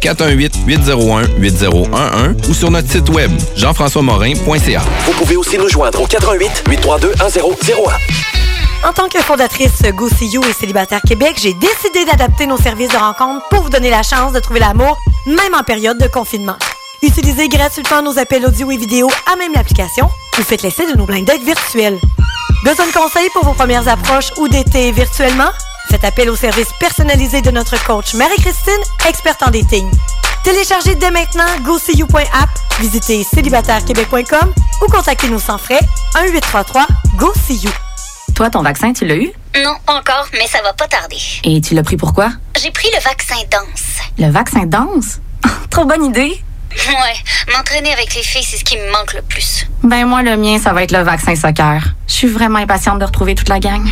418-801-8011 ou sur notre site web, jean-françois-morin.ca. Vous pouvez aussi nous joindre au 418-832-1001. En tant que fondatrice Go See You et Célibataire Québec, j'ai décidé d'adapter nos services de rencontre pour vous donner la chance de trouver l'amour, même en période de confinement. Utilisez gratuitement nos appels audio et vidéo à même l'application. Vous faites l'essai de nos blind dates virtuels. Besoin de conseils pour vos premières approches ou d'été virtuellement? Faites appel au service personnalisé de notre coach Marie-Christine, experte en dating. Téléchargez dès maintenant GoSeeYou.app, visitez célibatairequebec.com ou contactez-nous sans frais 1-833-GO-SEE-YOU. Toi, ton vaccin, tu l'as eu? Non, pas encore, mais ça va pas tarder. Et tu l'as pris pourquoi? J'ai pris le vaccin danse. Le vaccin danse? Trop bonne idée! Ouais, m'entraîner avec les filles, c'est ce qui me manque le plus. Ben moi, le mien, ça va être le vaccin soccer. Je suis vraiment impatiente de retrouver toute la gang.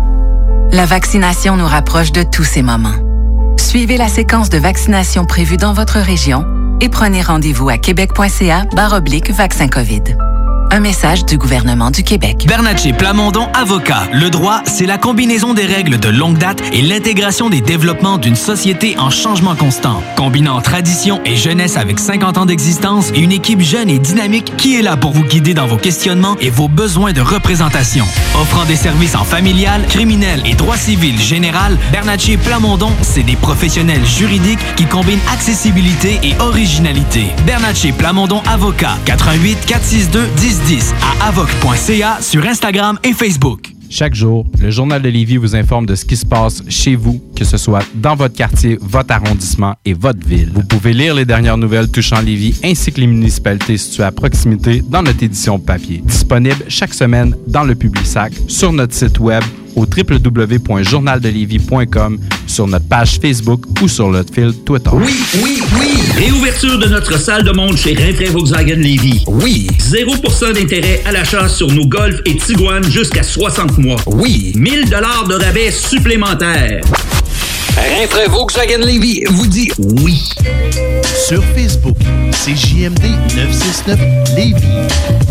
La vaccination nous rapproche de tous ces moments. Suivez la séquence de vaccination prévue dans votre région et prenez rendez-vous à québec.ca/vaccin COVID. Un message du gouvernement du Québec. Bernatchez Plamondon Avocat. Le droit, c'est la combinaison des règles de longue date et l'intégration des développements d'une société en changement constant. Combinant tradition et jeunesse avec 50 ans d'existence et une équipe jeune et dynamique qui est là pour vous guider dans vos questionnements et vos besoins de représentation. Offrant des services en familial, criminel et droit civil général, Bernatchez Plamondon, c'est des professionnels juridiques qui combinent accessibilité et originalité. Bernatchez Plamondon Avocat. 88-462-1010 à avoc.ca sur Instagram et Facebook. Chaque jour, le Journal de Lévis vous informe de ce qui se passe chez vous, que ce soit dans votre quartier, votre arrondissement et votre ville. Vous pouvez lire les dernières nouvelles touchant Lévis ainsi que les municipalités situées à proximité dans notre édition papier. Disponible chaque semaine dans le Publisac, sur notre site web au www.journaldelevis.com, sur notre page Facebook ou sur notre fil Twitter. Oui! Réouverture de notre salle de monde chez Rinfraie Volkswagen Lévis. Oui! 0% d'intérêt à l'achat sur nos Golf et Tiguan jusqu'à 60 mois. Oui! 1000 $ de rabais supplémentaires. Rinfraie Volkswagen Lévis vous dit oui. Sur Facebook, c'est JMD 969 Lévis.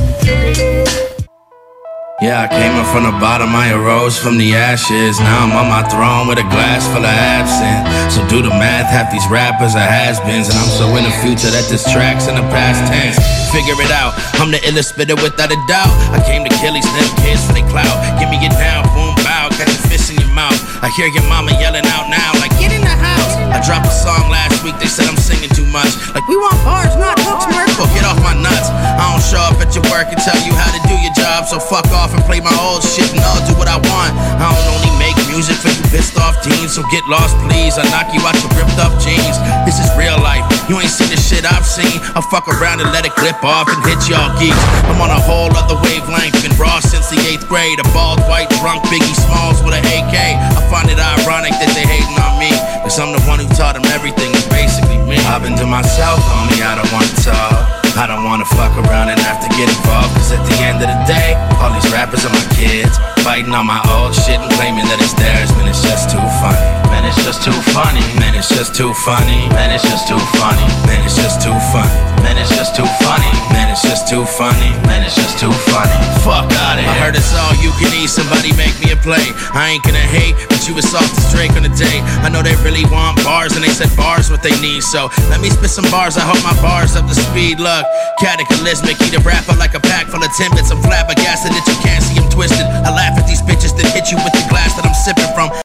Yeah, I came up from the bottom, I arose from the ashes. Now I'm on my throne with a glass full of absinthe. So do the math, half these rappers are has-beens. And I'm so in the future that this track's in the past tense. Figure it out, I'm the illest spitter without a doubt. I came to kill these little kids for their clout. Give me it down, boom, bow, got your fist in your mouth. I hear your mama yelling out now, like get in the house. I dropped a song last week, they said I'm singing too much. Like we want bars, not hooks, Merkel. Get off my nuts, I don't show up at your work and tell you how to do your job. So fuck off and play my old shit and I'll do what I want. I don't only make music for you pissed off teens, so get lost please. I knock you out your ripped up jeans. This is real life, you ain't seen this shit shit I've seen. I'll fuck around and let it clip off and hit y'all geeks. I'm on a whole other wavelength, been raw since the 8th grade. A bald, white, drunk Biggie Smalls with an AK. I find it ironic that they hating on me, cause I'm the one who taught them everything is basically me. I've been to myself, homie, I don't wanna talk. I don't wanna fuck around and have to get involved, cause at the end of the day, all these rappers are my kids, fighting on my old shit and claiming that it's theirs. Man, it's just too funny. Man, it's just too funny. Man, it's just too funny. Man, it's just too funny. Man, it's just too funny. Man, it's just too funny. Man, it's just too funny. Man, it's just too funny. Fuck out of here. I heard it's all you can eat, somebody make me a play. I ain't gonna hate, but you was soft as Drake on the day. I know they really want bars, and they said bars what they need, so let me spit some bars. I hope my bars up to speed. Look, cataclysmic, eat a rapper like a pack full of Timbits. I'm flabbergasted that you can't see him twisted. I laugh at these bitches that hit you with the glass that I'm sipping from.